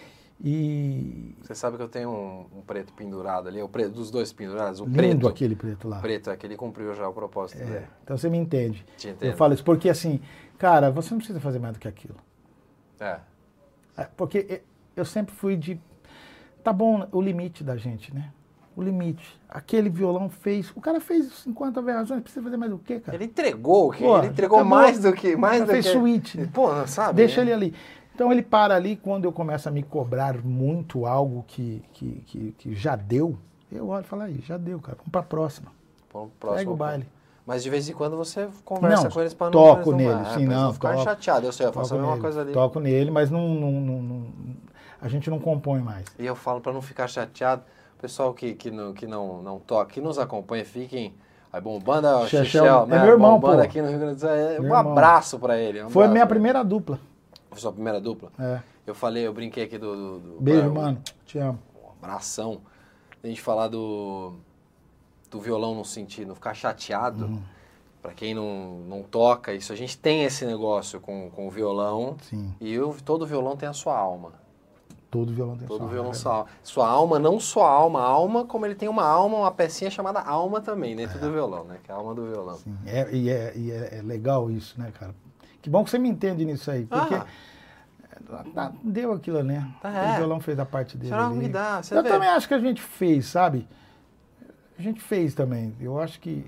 e... Você sabe que eu tenho um, um preto pendurado ali, o preto, dos dois pendurados, o Lindo preto. aquele preto lá. O preto, é que ele cumpriu já o propósito é, dele. Então você me entende. Te entendo. Eu falo isso porque assim, cara, você não precisa fazer mais do que aquilo. É. é porque... Eu sempre fui de... Tá bom, o limite da gente, né? O limite. Aquele violão fez... O cara fez Enquanto Houver Razões, precisa fazer mais do quê, cara? Ele entregou, Pô, ele entregou acabou, mais do que... Mais do fez que... suíte. Né? Pô, sabe? Deixa ele ali. Então ele para ali, quando eu começo a me cobrar muito algo que, que, que, que já deu, eu olho e falo, aí, já deu, cara, vamos pra próxima. Vamos pro próximo. Pega o baile. Mas de vez em quando você conversa não, com eles para não... Toco não nele, vai, sim, não. não ficar toco, chateado, eu sei, eu faço a mesma nele, coisa ali. Toco nele, mas não, não, não, não, a gente não compõe mais. E eu falo para não ficar chateado, o pessoal que, que, não, que não, não toca, que nos acompanha, fiquem... Aí, bom, banda Xexel, é né? meu irmão, banda pô. aqui no Rio Grande do Sul, é, um meu abraço para ele. Um Foi a minha abraço, primeira dupla. Foi sua primeira dupla? É. Eu falei, eu brinquei aqui do... do, do Beijo, pra, mano, te amo. Um abração. A gente falar do... do violão não sentir, não ficar chateado, uhum. para quem não, não toca isso, a gente tem esse negócio com, com o violão. Sim. E eu, todo violão tem a sua alma. Todo violão tem todo sua violão alma. Sua, sua alma, não só a alma, a alma, como ele tem uma alma, uma pecinha chamada alma também, dentro é. do violão, né? Que é a alma do violão. Sim. É, e é, e é, é legal isso, né, cara? Que bom que você me entende nisso aí, porque ah. deu aquilo, né? É. O violão fez a parte dele. Será que dá? Você eu vê? também acho que a gente fez, sabe? A gente fez também. Eu acho que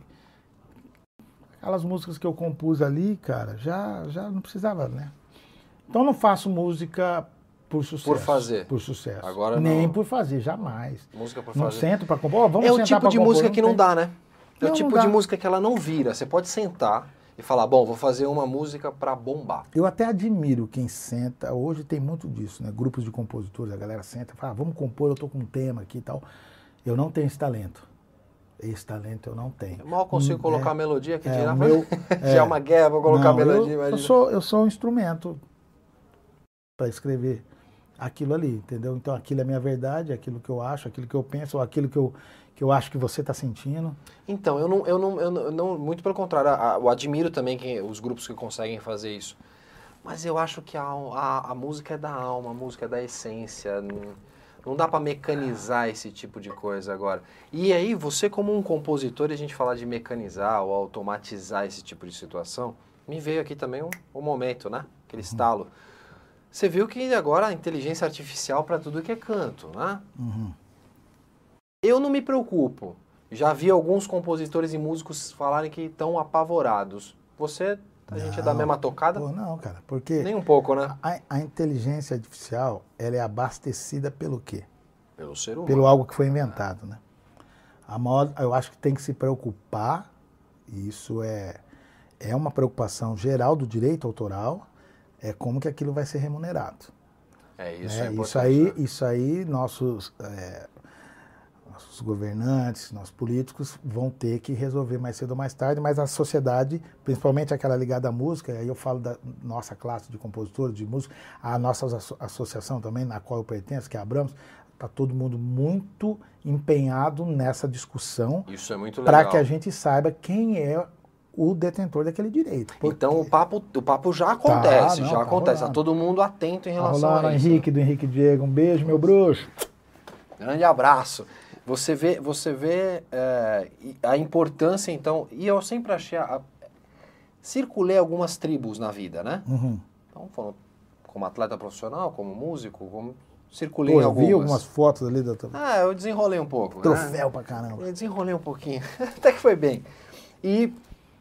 aquelas músicas que eu compus ali, cara, já, já não precisava, né? Então eu não faço música por sucesso. Por fazer. Por sucesso. Agora Nem não. por fazer, jamais. Música por não fazer. Não sento pra compor. Oh, vamos é o sentar tipo pra de compor, música que não tem. dá, né? É Não, o tipo não de dá. música que ela não vira. Você pode sentar e falar, bom, vou fazer uma música pra bombar. Eu até admiro quem senta. Hoje tem muito disso, né? Grupos de compositores, a galera senta e fala, ah, vamos compor, eu tô com um tema aqui e tal. Eu não tenho esse talento. Esse talento eu não tenho. Eu mal consigo hum, colocar é, a melodia que é, dirá. Meu, é, Já é uma guerra pra colocar não, a melodia. Eu, eu, sou, eu sou um instrumento para escrever aquilo ali, entendeu? Então aquilo é minha verdade, aquilo que eu acho, aquilo que eu penso, ou aquilo que eu, que eu acho que você está sentindo. Então, eu não, eu não, eu não, eu não muito pelo contrário, eu admiro também quem, os grupos que conseguem fazer isso. Mas eu acho que a, a, a música é da alma, a música é da essência. Não, não dá para mecanizar esse tipo de coisa agora. E aí, você como um compositor, e a gente falar de mecanizar ou automatizar esse tipo de situação, me veio aqui também um, um momento, né? Aquele estalo. Você viu que agora a inteligência artificial para tudo que é canto, né? Uhum. Eu não me preocupo. Já vi alguns compositores e músicos falarem que estão apavorados. Você, a não, gente é da mesma tocada? Pô, não, cara, porque... Nem um pouco, né? A, a inteligência artificial, ela é abastecida pelo quê? Pelo ser humano. Pelo algo que foi inventado, né? A maior, eu acho que tem que se preocupar, e isso é, é uma preocupação geral do direito autoral, é como que aquilo vai ser remunerado. É, isso né? é importante. Isso aí, né? isso aí nossos, é, nossos governantes, nossos políticos vão ter que resolver mais cedo ou mais tarde, mas a sociedade, principalmente aquela ligada à música, aí eu falo da nossa classe de compositores, de músicos, a nossa associação também, na qual eu pertenço, que é a Abramos, está todo mundo muito empenhado nessa discussão. Isso é muito legal. Para que a gente saiba quem é o detentor daquele direito. Porque... Então o papo, o papo já acontece, tá, não, já tá acontece. Está todo mundo atento em relação tá a isso. Henrique, do Henrique Diego, um beijo, meu bruxo. Grande abraço. Você vê, você vê é, a importância, então, e eu sempre achei, a, a, circulei algumas tribos na vida, né? Uhum. Então, falando como atleta profissional, como músico, como... Circulei Pô, em eu algumas. vi algumas fotos ali da tua... Ah, eu desenrolei um pouco. Troféu né? pra caramba. Eu desenrolei um pouquinho. Até que foi bem. E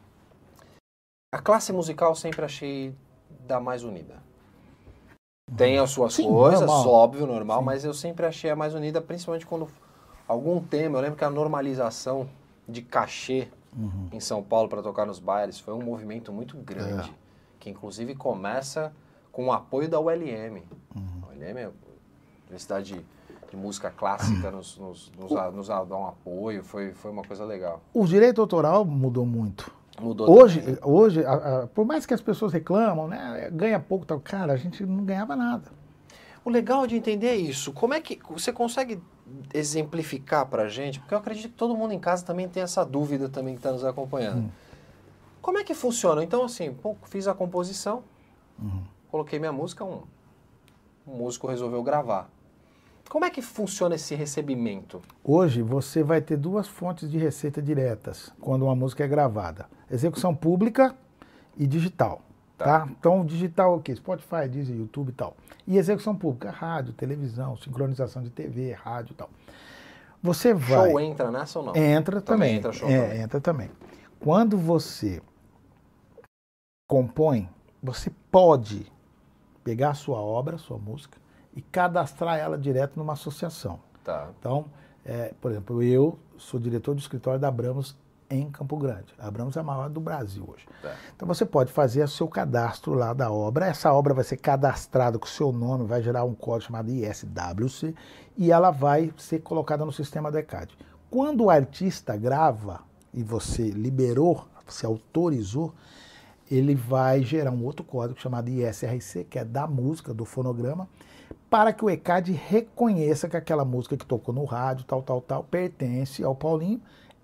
a classe musical sempre achei da mais unida. Tem as suas Sim, coisas, normal. óbvio, normal, Sim. mas eu sempre achei a mais unida, principalmente quando algum tema, eu lembro que a normalização de cachê uhum. em São Paulo para tocar nos bailes foi um movimento muito grande, é. que inclusive começa com o apoio da U L M. Uhum. A U L M é a Universidade de, de Música Clássica, nos, nos, nos, a, nos a, dá um apoio, foi, foi uma coisa legal. O direito autoral mudou muito. Mudou hoje, também. hoje a, a, por mais que as pessoas reclamam, né, ganha pouco, tal, cara, a gente não ganhava nada. O legal de entender é isso. Como é que você consegue exemplificar pra gente? Porque eu acredito que todo mundo em casa também tem essa dúvida também que está nos acompanhando. Hum. Como é que funciona? Então, assim, pô, fiz a composição, uhum. coloquei minha música, um, um músico resolveu gravar. Como é que funciona esse recebimento? Hoje você vai ter duas fontes de receita diretas quando uma música é gravada. Execução pública e digital. Tá. Tá? Então, digital é o quê? Spotify, Deezer, YouTube e tal. E execução pública, rádio, televisão, sincronização de T V, rádio e tal. Você vai... Show entra nessa ou não? Entra também. também. Entra show é, também. Entra também. Quando você compõe, você pode pegar a sua obra, sua música, e cadastrar ela direto numa associação. Tá. Então, é, por exemplo, eu sou diretor do escritório da Abramos em Campo Grande. A Abramos é a maior do Brasil hoje. Tá. Então você pode fazer o seu cadastro lá da obra. Essa obra vai ser cadastrada com o seu nome, vai gerar um código chamado I S W C e ela vai ser colocada no sistema do ECAD. Quando o artista grava e você liberou, você autorizou, ele vai gerar um outro código chamado I S R C, que é da música, do fonograma, para que o ECAD reconheça que aquela música que tocou no rádio, tal, tal, tal, pertence ao Paulinho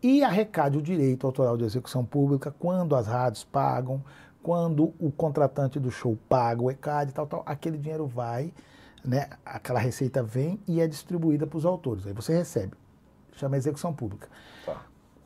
e arrecade o direito autoral de execução pública quando as rádios pagam, quando o contratante do show paga o E C A D e tal, tal, aquele dinheiro vai, né, aquela receita vem e é distribuída para os autores. Aí você recebe, chama execução pública. Tá.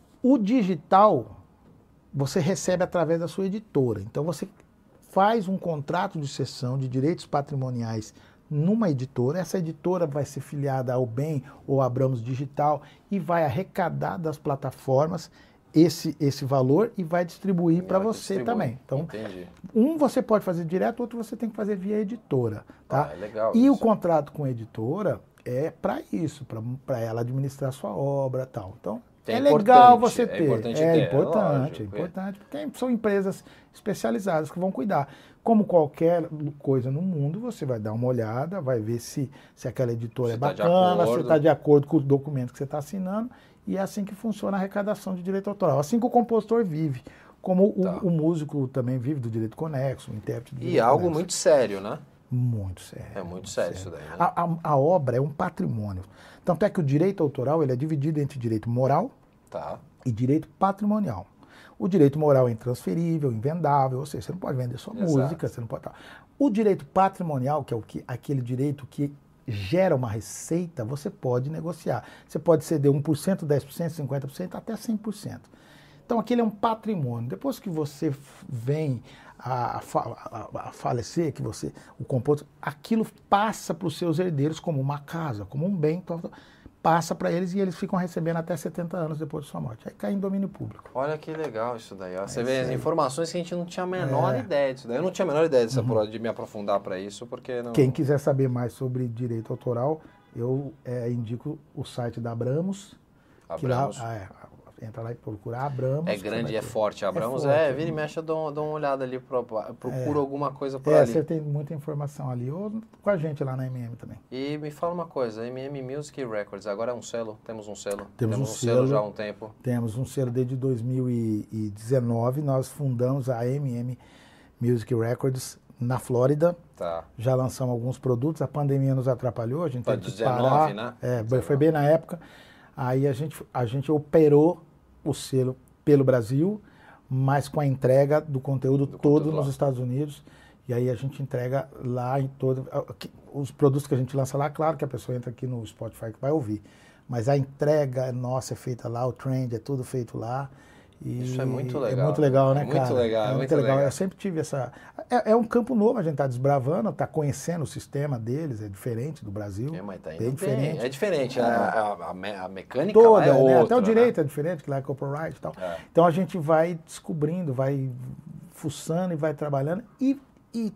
O digital, você recebe através da sua editora. Então você faz um contrato de cessão de direitos patrimoniais numa editora, essa editora vai ser filiada ao Bem ou Abramos Digital e vai arrecadar das plataformas esse, esse valor e vai distribuir para você também. Então, entendi. Um você pode fazer direto, outro você tem que fazer via editora. Tá? Ah, é legal e isso. o contrato com a editora é para isso, para ela administrar a sua obra e tal. Então, é, é legal você ter. É importante é ter. Importante, Lógico, é importante, porque são empresas especializadas que vão cuidar. Como qualquer coisa no mundo, você vai dar uma olhada, vai ver se, se aquela editora você é tá bacana, se está de acordo com o documento que você está assinando, e é assim que funciona a arrecadação de direito autoral. Assim que o compositor vive, como o, tá. o músico também vive do direito conexo, o intérprete do direito E algo conexo. muito sério, né? Muito sério. É muito, muito sério, sério isso daí, né? A, a, a obra é um patrimônio. Tanto é que o direito autoral ele é dividido entre direito moral tá. e direito patrimonial. O direito moral é intransferível, invendável, ou seja, você não pode vender sua Exato. música, você não pode... O direito patrimonial, que é o que, aquele direito que gera uma receita, você pode negociar. Você pode ceder um por cento, dez por cento, cinquenta por cento, até cem por cento. Então, aquele é um patrimônio. Depois que você vem a, a, a falecer, que você, o composto, aquilo passa para os seus herdeiros como uma casa, como um bem, passa para eles e eles ficam recebendo até setenta anos depois de sua morte. Aí cai em domínio público. Olha que legal isso daí. Ó. Você é vê as informações que a gente não tinha a menor é. ideia disso daí. Eu não tinha a menor ideia dessa uhum. de me aprofundar para isso, porque não... Quem quiser saber mais sobre direito autoral, eu é, indico o site da Abramos. Abramos. Que lá, é, entra lá e procura Abramos. É grande e é forte. Abramos é, é, forte, é vira e mexe, eu dou, dou uma olhada ali, procura é, alguma coisa por é, ali. Você tem muita informação ali, ou com a gente lá na M M também. E me fala uma coisa, M M Music Records, agora é um selo? Temos um selo? Temos, Temos um, um selo, selo já há um tempo. Temos um selo desde dois mil e dezenove, nós fundamos a M M Music Records na Flórida. Tá. Já lançamos alguns produtos, a pandemia nos atrapalhou, a gente Foi teve que dezenove, parar. Né? É, dezenove. Foi bem na época. Aí a gente, a gente operou o selo pelo Brasil, mas com a entrega do conteúdo do todo conteúdo nos lá. Estados Unidos. E aí a gente entrega lá em todo... Os produtos que a gente lança lá, claro que a pessoa entra aqui no Spotify que vai ouvir. Mas a entrega nossa é feita lá, o trend é tudo feito lá. E isso é muito legal. É muito legal, né, é cara? Muito legal, é muito, muito legal. legal. Eu sempre tive essa... É, é um campo novo, a gente está desbravando, está conhecendo o sistema deles, é diferente do Brasil. É, mas tá indo bem diferente. É diferente, é. A, a, a mecânica toda, é outra. Né? Até o direito né? é diferente, que lá é copyright e tal. É. Então a gente vai descobrindo, vai fuçando e vai trabalhando e, e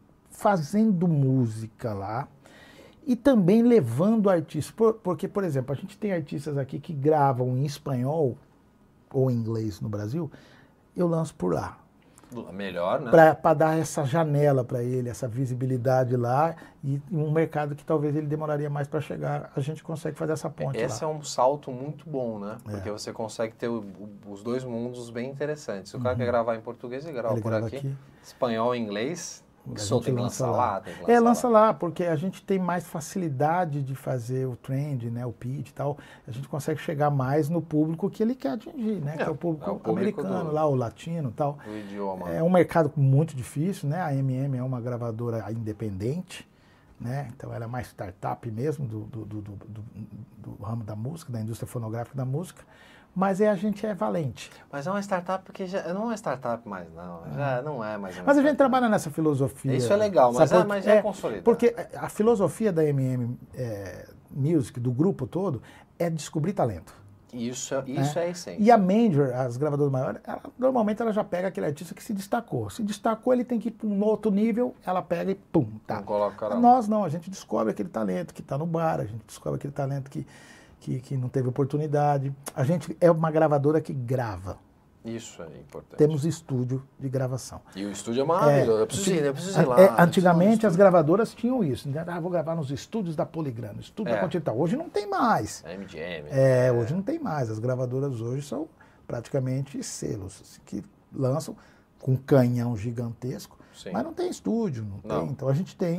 fazendo música lá. E também levando artistas. Por, porque, por exemplo, a gente tem artistas aqui que gravam em espanhol ou em inglês no Brasil, eu lanço por lá. Melhor, né? Para dar essa janela para ele, essa visibilidade lá, e um mercado que talvez ele demoraria mais para chegar, a gente consegue fazer essa ponte Esse lá. é um salto muito bom, né? É. Porque você consegue ter o, o, os dois mundos bem interessantes. Se o cara uhum. quer gravar em português, ele grava ele por grava aqui. aqui. Espanhol e inglês... A Só tem que lançar lá, lá tem que lançar É, lança lá. lá, porque a gente tem mais facilidade de fazer o trend, né, o pitch e tal. A gente consegue chegar mais no público que ele quer atingir, né? É, que é o público, é o público americano, do, lá, o latino e tal. O idioma. É um mercado muito difícil, né? A M M é uma gravadora independente, né? Então ela é mais startup mesmo do, do, do, do, do, do ramo da música, da indústria fonográfica da música. Mas é, a gente é valente. Mas é uma startup porque já não é startup mais, não. Já não é mais. Mas a gente trabalha nessa filosofia. Isso é legal, mas, é, mas já é, é consolidado. Porque a filosofia da M M é, Music, do grupo todo, é descobrir talento. Isso, isso é, é a essência. E a Major, as gravadoras maiores, ela, normalmente ela já pega aquele artista que se destacou. Se destacou, ele tem que ir para um outro nível, ela pega e pum, tá. Não coloca não. Nós não, a gente descobre aquele talento que está no bar, a gente descobre aquele talento que... Que, que não teve oportunidade. A gente é uma gravadora que grava. Isso é importante. Temos estúdio de gravação. E o estúdio é maravilhoso. É, eu preciso ir, eu preciso ir lá. É, antigamente as gravadoras tinham isso. Né? Ah, vou gravar nos estúdios da Poligrama, estúdio é. da Continental. Hoje não tem mais. A M G M. É, é, hoje não tem mais. As gravadoras hoje são praticamente selos assim, que lançam com um canhão gigantesco, Sim. mas não tem estúdio. Não, não. Tem. Então a gente tem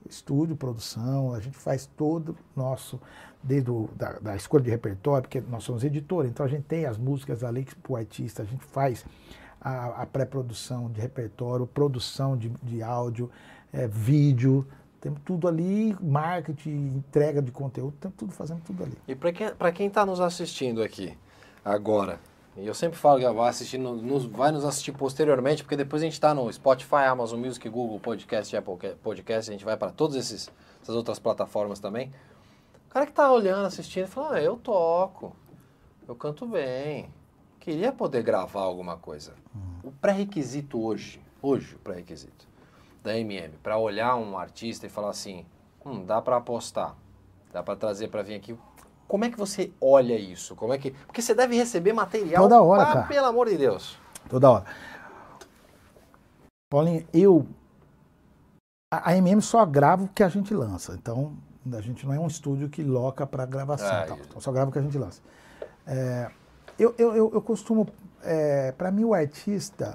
Estúdio, produção, a gente faz todo nosso, desde o, da, da escolha de repertório, porque nós somos editores, então a gente tem as músicas ali para o artista, a gente faz a, a pré-produção de repertório, produção de, de áudio, é, vídeo, temos tudo ali, marketing, entrega de conteúdo, temos tudo fazendo tudo ali. E para quem, para quem está nos assistindo aqui agora, e eu sempre falo que vai, assistir, nos, vai nos assistir posteriormente, porque depois a gente está no Spotify, Amazon Music, Google Podcast, Apple Podcast, a gente vai para todas esses, essas outras plataformas também. O cara que está olhando, assistindo, fala, ah, eu toco, eu canto bem, queria poder gravar alguma coisa. Hum. O pré-requisito hoje, hoje o pré-requisito da M M, para olhar um artista e falar assim, hum, dá para apostar, dá para trazer para vir aqui. Como é que você olha isso? Como é que... Porque você deve receber material... Toda hora, ah, cara. Pelo amor de Deus. Toda hora. Paulinho, eu... A M M só grava o que a gente lança. Então, a gente não é um estúdio que loca para gravação. Ah, então, então, só grava o que a gente lança. É, eu, eu, eu, eu costumo... É, para mim, o artista...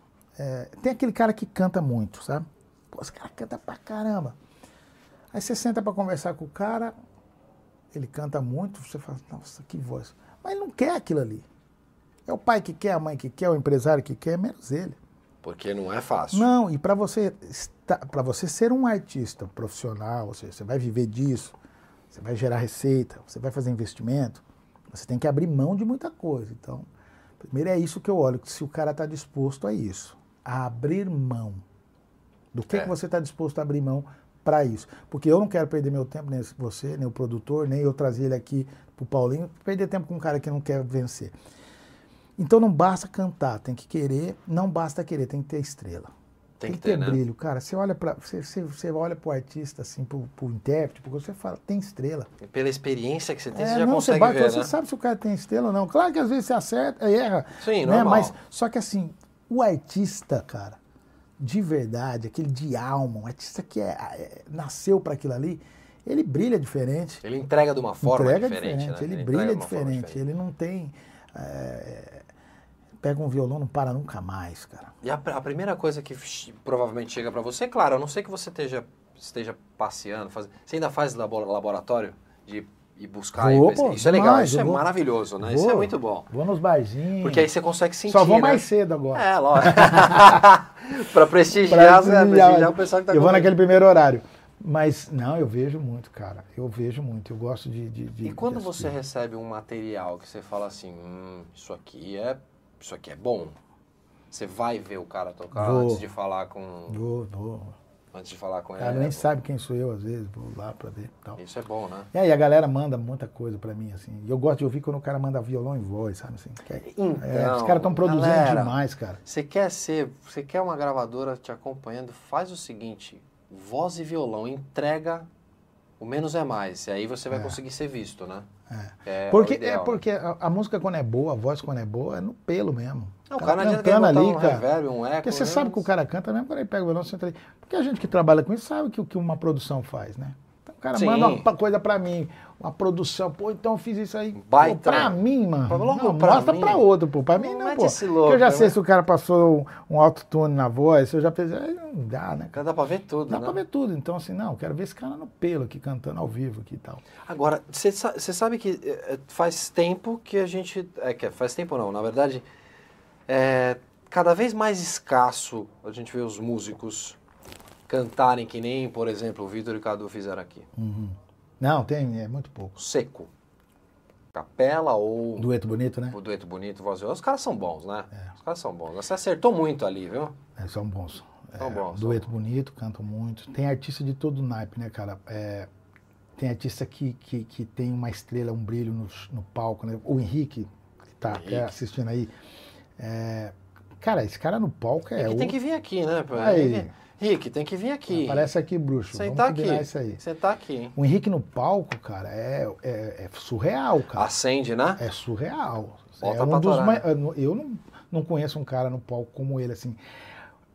É, tem aquele cara que canta muito, sabe? Pô, esse cara canta pra caramba. Aí você senta para conversar com o cara... Ele canta muito, você fala, nossa, que voz. Mas ele não quer aquilo ali. É o pai que quer, a mãe que quer, o empresário que quer, menos ele. Porque não é fácil. Não, e para você, para você ser um artista profissional, ou seja, você vai viver disso, você vai gerar receita, você vai fazer investimento, você tem que abrir mão de muita coisa. Então, primeiro é isso que eu olho, se o cara está disposto a isso, a abrir mão. Do que, é. que você está disposto a abrir mão para isso. Porque eu não quero perder meu tempo, nem você, nem o produtor, nem eu trazer ele aqui pro Paulinho, perder tempo com um cara que não quer vencer. Então não basta cantar, tem que querer, não basta querer, tem que ter estrela. Tem, tem que ter, ter, brilho, né? Cara. Você olha para você, você, você olha pro artista, assim, pro, pro intérprete, porque você fala, tem estrela. E pela experiência que você tem, é, você já não, consegue você bate, ver, você né? sabe se o cara tem estrela ou não. Claro que às vezes você acerta, erra. Sim, né? normal. Mas, só que assim, o artista, cara, de verdade, aquele de alma, um artista que é, é, nasceu para aquilo ali, ele brilha diferente. Ele entrega de uma forma entrega diferente, diferente, né? Ele, ele brilha diferente. diferente, ele não tem... É, pega um violão, não para nunca mais, cara. E a, a primeira coisa que provavelmente chega para você, claro, a não ser que você esteja, esteja passeando, faz, você ainda faz laboratório de ir buscar vou, e pô, isso é legal, mais, isso é vou, maravilhoso, né? Vou, isso é muito bom. Vou nos barzinhos. Porque aí você consegue sentir, Só vou né? mais cedo agora. É, lógico. Para prestigiar, pra prestigiar o pessoal que tá Eu vou comigo. naquele primeiro horário. Mas, não, eu vejo muito, cara. Eu vejo muito. Eu gosto de... de, de e quando de você recebe um material que você fala assim, hum, isso aqui é, isso aqui é bom, você vai ver o cara tocar vou, antes de falar com... Vou, vou. Antes de falar com O ele. cara nem vou. sabe quem sou eu, às vezes. Vou lá pra ver e tal. Isso é bom, né? E aí a galera manda muita coisa pra mim, assim. E eu gosto de ouvir quando o cara manda violão e voz, sabe assim? Que é, Então, é, os caras estão produzindo galera, demais, cara. Você quer ser, você quer uma gravadora te acompanhando, faz o seguinte, voz e violão, entrega o menos é mais. E aí você vai É. conseguir ser visto, né? É. É porque o ideal, é porque a, a música quando é boa, a voz quando é boa, é no pelo mesmo. Não, o cara não adianta cantando botar ali, um cara. reverb, um eco. Porque você né? sabe que o cara canta mesmo quando ele pega o violão, senta ali. Porque a gente que trabalha com isso sabe que o que uma produção faz, né? Então o cara Sim. manda uma coisa pra mim, uma produção, pô, então eu fiz isso aí. Baita. Pô, pra mim, mano. Pra- logo Não, pra mostra mim. pra outro, pô. Pra mim Não não, mete pô. esse Porque louco, eu já sei né? se o cara passou um, um autotune na voz, se eu já fiz. Aí não dá, né? Dá pra ver tudo, Dá né? pra ver tudo. Então, assim, não, quero ver esse cara no pelo aqui, cantando ao vivo aqui e tal. Agora, você sa- você sabe que é, faz tempo que a gente... É, que faz tempo não, na verdade, é cada vez mais escasso a gente vê os músicos cantarem que nem, por exemplo, o Vitor e o Cadu fizeram aqui. Uhum. Não, tem, é muito pouco. Seco. Capela ou... Dueto bonito, né? O dueto bonito, voz e violão. Os caras são bons, né? É. Os caras são bons. Você acertou muito ali, viu? É, são bons. São É, bons, dueto são bonito, cantam muito. Tem artista de todo naipe, né, cara? É, tem artista que, que, que tem uma estrela, um brilho no, no palco, né? O Henrique, que tá Henrique. até assistindo aí. É, cara, esse cara no palco é. Rick o- tem que vir aqui, né? pô? Aí. Rick, Rick, tem que vir aqui. Aparece aqui, bruxo. Sentar Vamos combinar aqui. isso aí. Sentar aqui, hein? O Henrique no palco, cara, é, é, é surreal, cara. Acende, né? É surreal. Bota É um pra dos torar, mais, eu não- eu não, não conheço um cara no palco como ele, assim.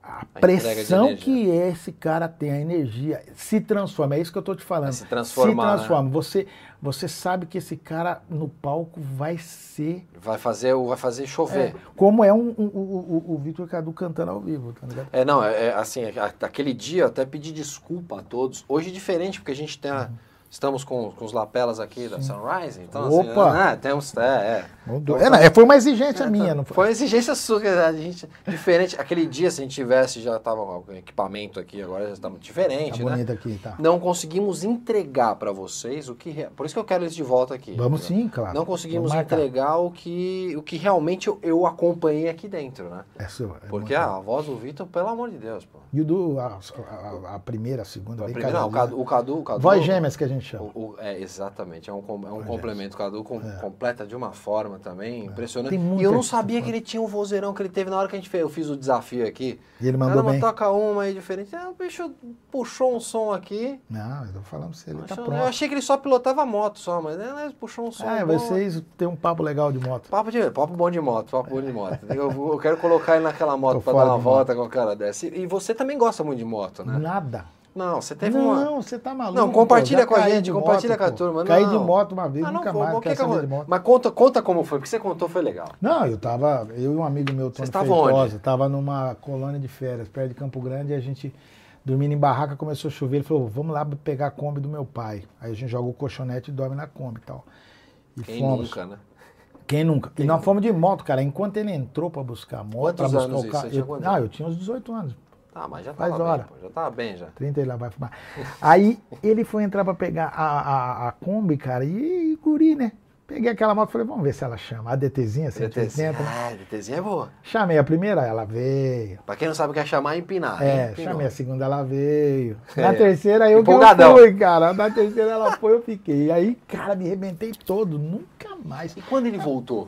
a, A pressão que esse cara tem, a energia, se transforma. É isso que eu tô te falando. Vai se transformar, se transforma. Né? Você, você sabe que esse cara no palco vai ser... Vai fazer, vai fazer chover. É, como é um, um, um, o, o Vitor Cadu cantando ao vivo, tá ligado? É, não, é, é assim, aquele dia eu até pedi desculpa a todos. Hoje é diferente, porque a gente tem a... Uhum. Estamos com, com os lapelas aqui da Sunrise, então Opa. assim, né, temos, é, é. Então, é, não, foi uma exigência é, minha, não foi? Foi uma exigência sua, a gente, diferente, aquele dia se a gente tivesse, já estava com equipamento aqui, agora já estamos diferente, tá né? Bonito aqui, tá. Não conseguimos entregar para vocês o que, por isso que eu quero eles de volta aqui. Vamos sim, claro. Não conseguimos entregar o que, o que realmente eu, eu acompanhei aqui dentro, né? É sua. É Porque a, a voz do Vitor, pelo amor de Deus, pô. E o do, a, a, a primeira, a segunda, a primeira, não, o Cadu, o Cadu, o Cadu... Voz gêmeas que a gente chama. O, o, é, exatamente, é um, é um complemento. O Cadu com, é. completa de uma forma também é. impressionante. E eu não sabia que ele tinha um vozeirão que ele teve na hora que a gente fez. Eu fiz o desafio aqui. E ele mandou bem. Toca uma aí diferente. Ah, o bicho puxou um som aqui. Não, eu tô falando pra você, ele Achou, tá pronto. Eu achei que ele só pilotava moto só, mas ele puxou um som. É, bom. Vocês têm um papo legal de moto. Papo, de, papo bom de moto, papo bom de moto. eu, eu quero colocar ele naquela moto pra dar uma volta moto. com a cara dessa. E você também gosta muito de moto, né? Nada. Não, você teve não, uma... Não, você tá maluco. Não, compartilha pô, com a gente, compartilha moto, com a turma. Caí não. de moto uma vez, ah, nunca vou, mais quero saber de moto. Mas conta, conta como foi, porque você contou foi legal. Não, eu tava, eu e um amigo meu, Tony Feitosa, tava numa colônia de férias, perto de Campo Grande, e a gente, dormindo em barraca, começou a chover, ele falou, vamos lá pegar a Kombi do meu pai. Aí a gente joga o colchonete e dorme na Kombi e tal. E Quem fomos. nunca, né? Quem nunca? Quem e nós nunca? fomos de moto, cara, enquanto ele entrou pra buscar a moto, Quantos pra buscar anos o carro... isso? Eu, não, eu tinha uns dezoito anos. Ah, mas já Faz tava hora. bem, pô, já tava bem já. trinta e lá vai fumar. Aí ele foi entrar pra pegar a, a, a Kombi, cara, e, e guri, né? Peguei aquela moto e falei, vamos ver se ela chama. A DTzinha, cento e oitenta. Ah, a DTzinha é boa. Chamei a primeira, ela veio. Pra quem não sabe o que é chamar, é empinar. É, Empinou. chamei a segunda, ela veio. É. Na terceira, eu Empolgadão. que eu fui, cara. Na terceira ela foi, eu fiquei. E aí, cara, me arrebentei todo, nunca mais. E quando ele voltou?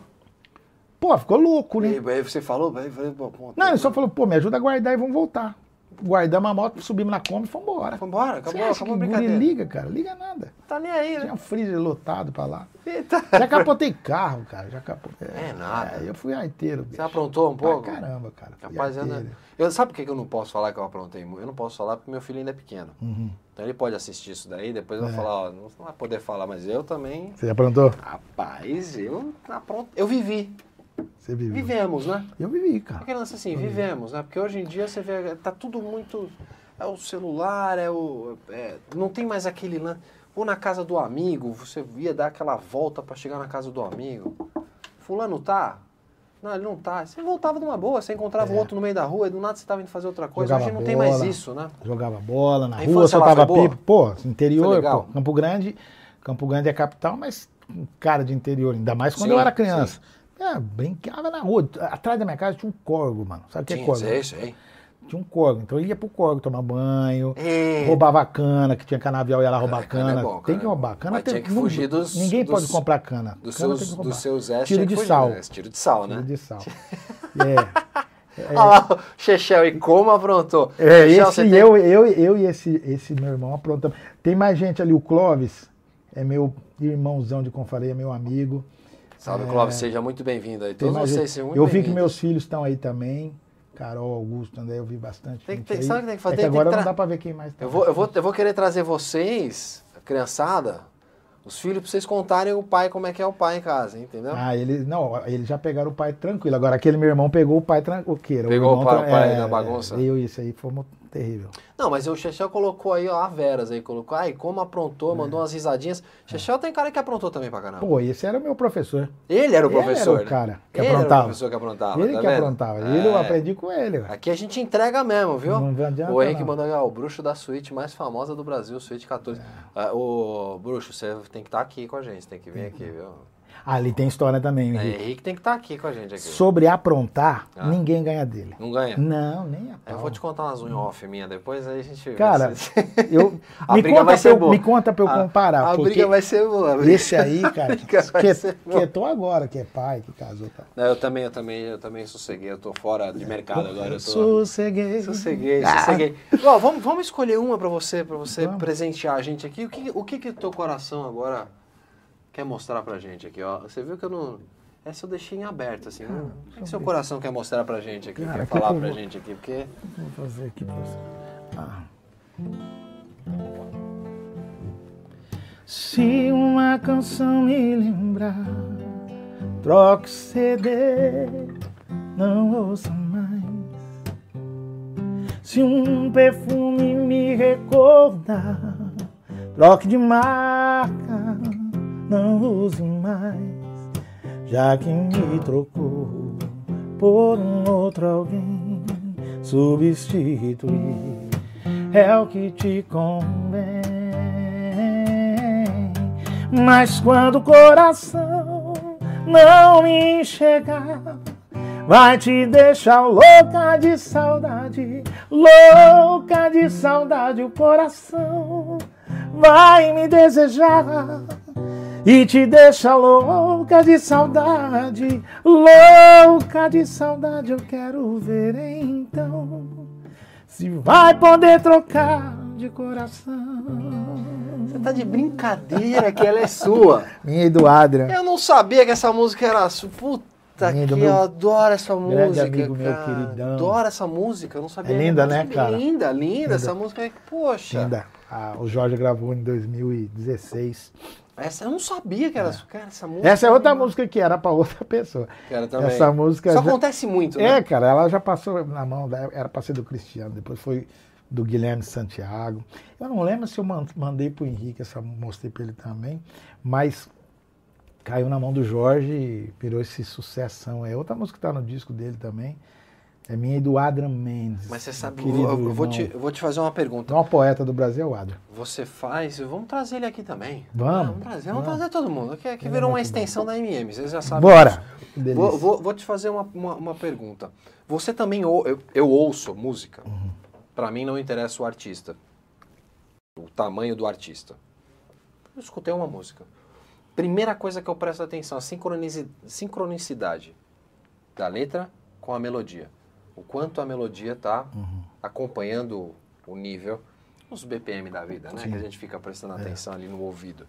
Pô, ficou louco, né? E aí você falou, aí falei, pô, pô, Não, ele só falou, pô, me ajuda a guardar e vamos voltar. Guardamos a moto, subimos na Kombi e fomos embora. Vamos embora, acabou, Você acha acabou a que brincadeira. guri liga, cara? Liga nada. Tá nem aí, né? Tinha um freezer lotado pra lá. Eita. Já capotei carro, cara. Já capotei. É nada. É, eu fui arteiro, bicho. Você aprontou um pouco? Pra caramba, cara. Fui Rapaz, eu, arteiro. eu, sabe por que eu não posso falar que eu aprontei muito? Eu não posso falar porque meu filho ainda é pequeno. Uhum. Então ele pode assistir isso daí, depois eu É. vou falar, ó, não vai poder falar, mas eu também... Você aprontou? Rapaz, eu apronto. Eu vivi. Você viveu? Vivemos, né? Eu vivi, cara. Porque lance assim, vivemos, né? Porque hoje em dia você vê, tá tudo muito... É o celular, é o... É, não tem mais aquele lance... Ou na casa do amigo, você ia dar aquela volta pra chegar na casa do amigo. Fulano tá? Não, ele não tá. Você voltava de uma boa, você encontrava um É. outro no meio da rua, e do nada você tava indo fazer outra coisa. Jogava Hoje não tem bola. mais isso, né? Jogava bola na A rua, infância lá soltava foi boa? pipa. Pô, Foi interior, legal? pô, Campo Grande. Campo Grande é capital, mas um cara de interior, ainda mais quando Sim, eu era criança. É, brincava na rua. Atrás da minha casa tinha um corgo, mano. Sabe o que é Tinha, corgo? sei, sei. Tinha um corgo. Então eu ia pro corgo tomar banho, É. roubava cana, que tinha canavial e ia lá roubar Cara, cana é cana. bom, tem cana que é roubar. bom. Cana Mas tem, tinha que não- fugir dos- Ninguém dos- pode comprar cana. Dos Cana seus, tem que roubar. dos seus Zé, Tiro tinha que de fugir, sal. né? Tiro de sal, né? Tiro de sal. É. Olha lá, o Chechel, e como aprontou. É, Chechel, esse você tem- eu, eu, eu e esse, esse meu irmão aprontamos. Tem mais gente ali, o Clóvis, é meu irmãozão de Confraria, meu amigo. Salve, É, Clóvis, seja muito bem-vindo aí. Tem Todos mais vocês gente. sejam muito Eu vi que bem-vindos. meus filhos estão aí também. Carol, Augusto, André, eu vi bastante. Tem que- gente tem- aí. sabe o que tem que fazer? É que Tem que agora tra- não dá pra ver quem mais tá. Eu vou, eu, vou, eu vou querer trazer vocês, a criançada, os filhos, pra vocês contarem o pai, como é que é o pai em casa, entendeu? Ah, eles, não, eles já pegaram o pai tranquilo. Agora, aquele meu irmão pegou o pai tranquilo. O que era? Pegou o irmão pai- tra- o pai da bagunça? Eu e isso aí fomos terrível. Não, mas o Chechel colocou aí, ó, a Veras aí, colocou, ai, como aprontou, mandou umas risadinhas. Chechel tem cara que aprontou também pra caramba. Pô, esse era o meu professor. Ele era o Ele professor, era o né? cara que Ele aprontava. era o professor que aprontava, Ele tá que vendo? aprontava. Ele eu É. aprendi com ele. velho. Aqui a gente entrega mesmo, viu? Não adianta O Henrique não. mandou aqui, ó, o bruxo da suíte mais famosa do Brasil, suíte quatorze. Ah, ô, bruxo, você tem que estar aqui com a gente, tem que vir aqui, viu? Ah, ali tem história também, É, Henrique. Henrique tem que estar aqui com a gente aqui. Sobre aprontar, Ah. ninguém ganha dele. Não ganha? Não, nem a pau. Eu vou te contar umas unhas off minha depois, aí a gente... Cara, se- eu, A me, briga conta vai pra ser eu, boa. me conta pra eu A- comparar. A porque briga vai ser boa. a briga- esse aí, cara, briga vai que, ser boa. quietou agora, que é pai, que casou. Tá. Não, eu também, eu também, eu também sosseguei, eu tô fora de mercado agora, eu tô... Sosseguei. Sosseguei, Ah. sosseguei. Ó, vamos, vamos escolher uma pra você, pra você Vamos. presentear a gente aqui. O que o que que teu coração agora quer mostrar pra gente aqui, ó? Você viu que eu não... Essa eu deixei em aberto, assim. Cara, o que seu coração quer mostrar pra gente aqui? Cara, quer que falar que pra vou... gente aqui? Porque... Vou fazer aqui pra você. Ah. Se uma canção me lembrar, troque C D, não ouça mais. Se um perfume me recordar, troque de marca, não use mais. Já que me trocou por um outro alguém, substituir é o que te convém. Mas quando o coração não me enxergar, vai te deixar louca de saudade, louca de saudade. O coração vai me desejar e te deixa louca de saudade, louca de saudade. Eu quero ver então se vai poder trocar de coração. Você tá de brincadeira que ela é sua. Minha e do Adrian. Eu não sabia que essa música era sua. Puta Minha, que meu eu adoro essa grande música, amigo, meu cara. queridão. Adoro essa música, eu não sabia. É linda, não né, sabia. cara? Linda, linda, Linda. essa música, poxa. Linda. Ah, o Jorge gravou em dois mil e dezesseis. Essa eu não sabia que era sua. Cara, essa música. Essa é outra uma... música que era pra outra pessoa. Cara, também. Essa música Isso já... acontece muito, né? É, cara, ela já passou na mão, da... era pra ser do Cristiano, depois foi do Guilherme Santiago. Eu não lembro se eu mandei pro Henrique, essa mostrei pra ele também, mas caiu na mão do Jorge e virou esse sucessão. É outra música que tá no disco dele também. É minha e do Adrian Mendes. Mas você sabe, querido eu, eu, vou irmão. te, eu vou te fazer uma pergunta. O maior poeta do Brasil é o Adrian. Você faz, vamos trazer ele aqui também. Vamos. Vamos trazer, vamos Vamos. trazer todo mundo. Que, que Ele virou é uma muito extensão da M M, vocês já sabem. Bora! disso. Que delícia. Vou, vou, vou te fazer uma, uma, uma pergunta. Você também, ou, eu, eu ouço música. Uhum. Pra mim não interessa o artista. O tamanho do artista. Eu escutei uma música. Primeira coisa que eu presto atenção, a sincronici- sincronicidade da letra com a melodia. O quanto a melodia está Uhum. acompanhando o nível, os B P M da vida, né? Sim. Que a gente fica prestando É. atenção ali no ouvido.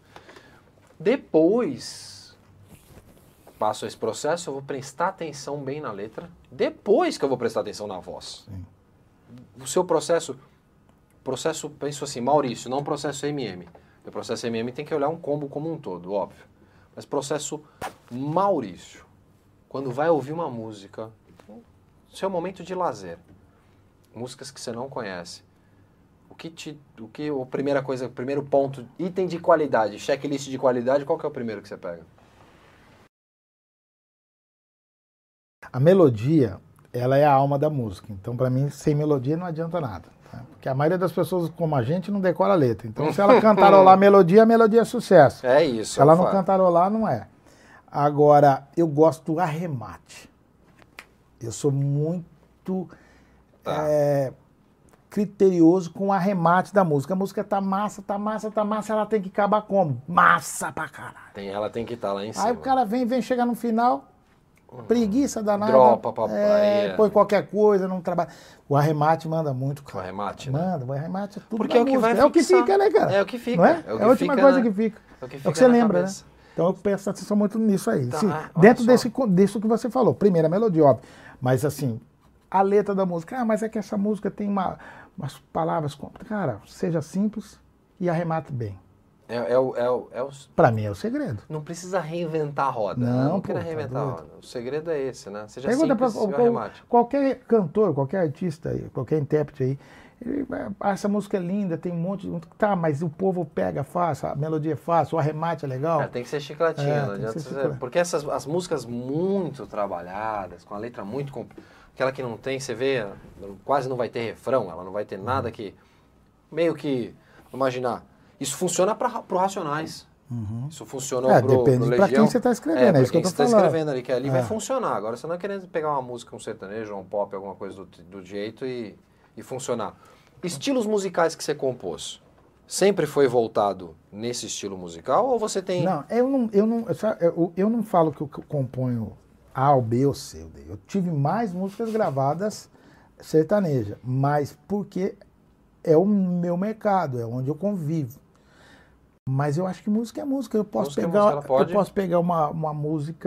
Depois, passo esse processo, eu vou prestar atenção bem na letra. Depois que eu vou prestar atenção na voz. Sim. O seu processo, processo, penso assim, Maurício, não processo M M. O processo M M tem que olhar um combo como um todo, óbvio. Mas processo Maurício, quando vai ouvir uma música, seu momento de lazer, músicas que você não conhece, o que te, o que, a primeira coisa, o primeiro ponto, item de qualidade, checklist de qualidade, qual que é o primeiro que você pega? A melodia, ela é a alma da música. Então, pra mim, sem melodia não adianta nada. Tá? Porque a maioria das pessoas, como a gente, não decora a letra. Então, se ela cantarolar a melodia, a melodia é sucesso. É isso. Se ela eu não falo. cantarolar, não é. Agora, eu gosto do arremate. Eu sou muito Tá. é, criterioso com o arremate da música. A música tá massa, tá massa, tá massa, ela tem que acabar como? Massa pra caralho. Tem, ela tem que estar lá em cima. Aí o cara vem, vem chegar no final, preguiça danada. Dropa, papai, é, é. põe qualquer coisa, não trabalha. O arremate manda muito, O cara. arremate, né? Manda, o arremate é tudo Porque da é o que música. vai É o que fixar. fica, né, cara? É o que fica. Não é? É o que É a última fica coisa na- que fica. É o que É fica o que você na lembra, cabeça. né? Então eu presto atenção muito nisso aí. Tá, Sim, olha dentro só. desse, disso que você falou. Primeiro, a melodia, óbvio. Mas assim, a letra da música. Ah, mas é que essa música tem uma, umas palavras... com- Cara, seja simples e arremate bem. É, é, o, é, o, é o... Pra mim é o segredo. Não precisa reinventar a roda. Não, né? Não pô, queira tá reinventar a doido. roda. O segredo é esse, né? Seja Pergunta pra simples e o qual- arremate. qualquer cantor, qualquer artista, aí, qualquer intérprete aí. Ele vai, ah, essa música é linda, tem um monte de... Tá, mas o povo pega fácil, a melodia é fácil, o arremate é legal. É, tem que ser chicletinho, É, não tem que adianta ser você- chiclete. Porque essas as músicas muito trabalhadas, com a letra muito... Comp... Aquela que não tem, você vê, quase não vai ter refrão, ela não vai ter nada que... Meio que... Imaginar. Isso funciona para pro Racionais. Uhum. Isso funcionou É, pro, depende pro pra Legião. quem você tá escrevendo, É, é pra isso que quem eu tô você tá falando. escrevendo ali, que ali vai É. funcionar. Agora você não é querendo pegar uma música, um sertanejo, um pop, alguma coisa do, do jeito e, e funcionar. Estilos musicais que você compôs, sempre foi voltado nesse estilo musical ou você tem... Não, eu não, eu não, eu só- eu, eu não falo que eu componho A ou B ou C. ou D. Eu tive mais músicas gravadas sertaneja, mas porque é o meu mercado, é onde eu convivo. Mas eu acho que música é música. Eu posso Música é pegar, música, ela pode- eu posso pegar uma, uma música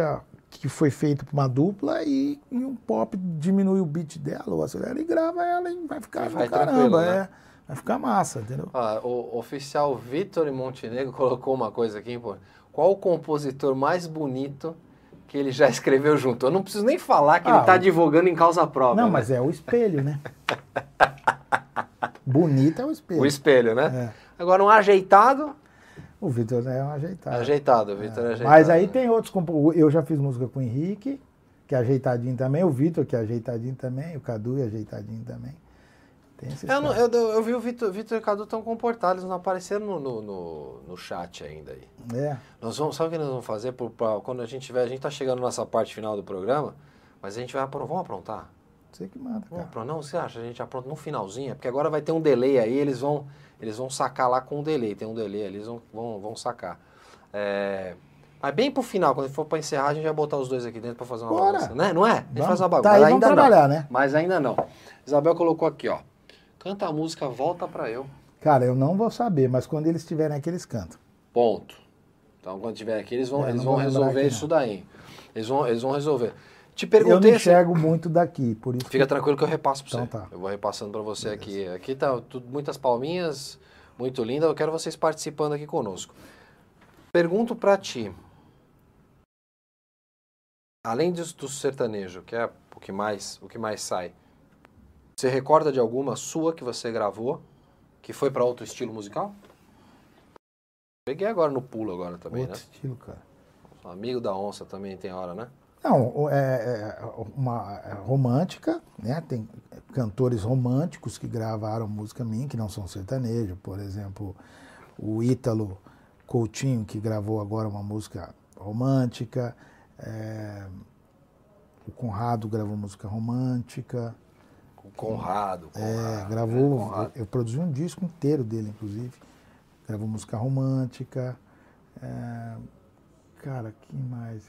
que foi feito por uma dupla e, e um pop diminui o beat dela, ou acelera e grava ela e vai ficar, vai caramba, né? é, vai ficar massa, entendeu? Ah, o oficial Vitor Montenegro colocou uma coisa aqui, pô. Qual o compositor mais bonito que ele já escreveu junto? Eu não preciso nem falar que ah, ele está o... divulgando em causa própria. Não, né? mas é o espelho, né? Bonito é o espelho. O espelho, né? É. Agora um ajeitado... O Vitor é um ajeitado. Ajeitado, o Vitor é. é ajeitado. Mas aí tem outros compositores. Eu já fiz música com o Henrique, que é ajeitadinho também. O Vitor, que é ajeitadinho também. O Cadu é ajeitadinho também. Tem esses eu, não, eu, eu vi o Vitor, Vitor e o Cadu tão comportados, eles não apareceram no, no, no, no chat ainda aí. É. Nós vamos, sabe o que nós vamos fazer? Por, pra, quando a gente tiver, a gente tá chegando nessa parte final do programa, mas a gente vai aprontar. Vamos aprontar? Você que manda, cara. Vamos, não, você acha? A gente apronta no finalzinho? Porque agora vai ter um delay aí, eles vão, eles vão sacar lá com um delay. Tem um delay ali, eles vão, vão, vão sacar. É, mas bem pro final, quando for pra encerrar, a gente vai botar os dois aqui dentro pra fazer uma Bora. bagunça. Né? Não é? A gente vamos, faz uma bagunça. Tá aí, mas vamos ainda trabalhar, não. né? Mas ainda não. Isabel colocou aqui, ó. Canta a música Volta Pra Eu. Cara, eu não vou saber, mas quando eles estiverem aqui, eles cantam. Ponto. Então, quando tiver aqui, eles vão, é, eles vão resolver aqui, isso daí. Eles vão, eles vão resolver. Te perguntei... Eu não enxergo assim, muito daqui, por isso... Fica que... tranquilo que eu repasso pra então, você. Tá. Eu vou repassando pra você aqui. Aqui tá tudo, muitas palminhas, muito linda. Eu quero vocês participando aqui conosco. Pergunto pra ti. Além do, do sertanejo, que é o que mais, o que mais sai, você recorda de alguma sua que você gravou, que foi pra outro estilo musical? Peguei agora no pulo agora também, outro né? Outro estilo, cara. Amigo da Onça também tem hora, né? Não, é, é uma é romântica, né? Tem cantores românticos que gravaram música minha, que não são sertanejo. Por exemplo, o Ítalo Coutinho, que gravou agora uma música romântica. É, o Conrado gravou música romântica. O Conrado. Conrado é, gravou, é, Conrado. Eu, eu produzi um disco inteiro dele, inclusive. Gravou música romântica. É, cara, que mais?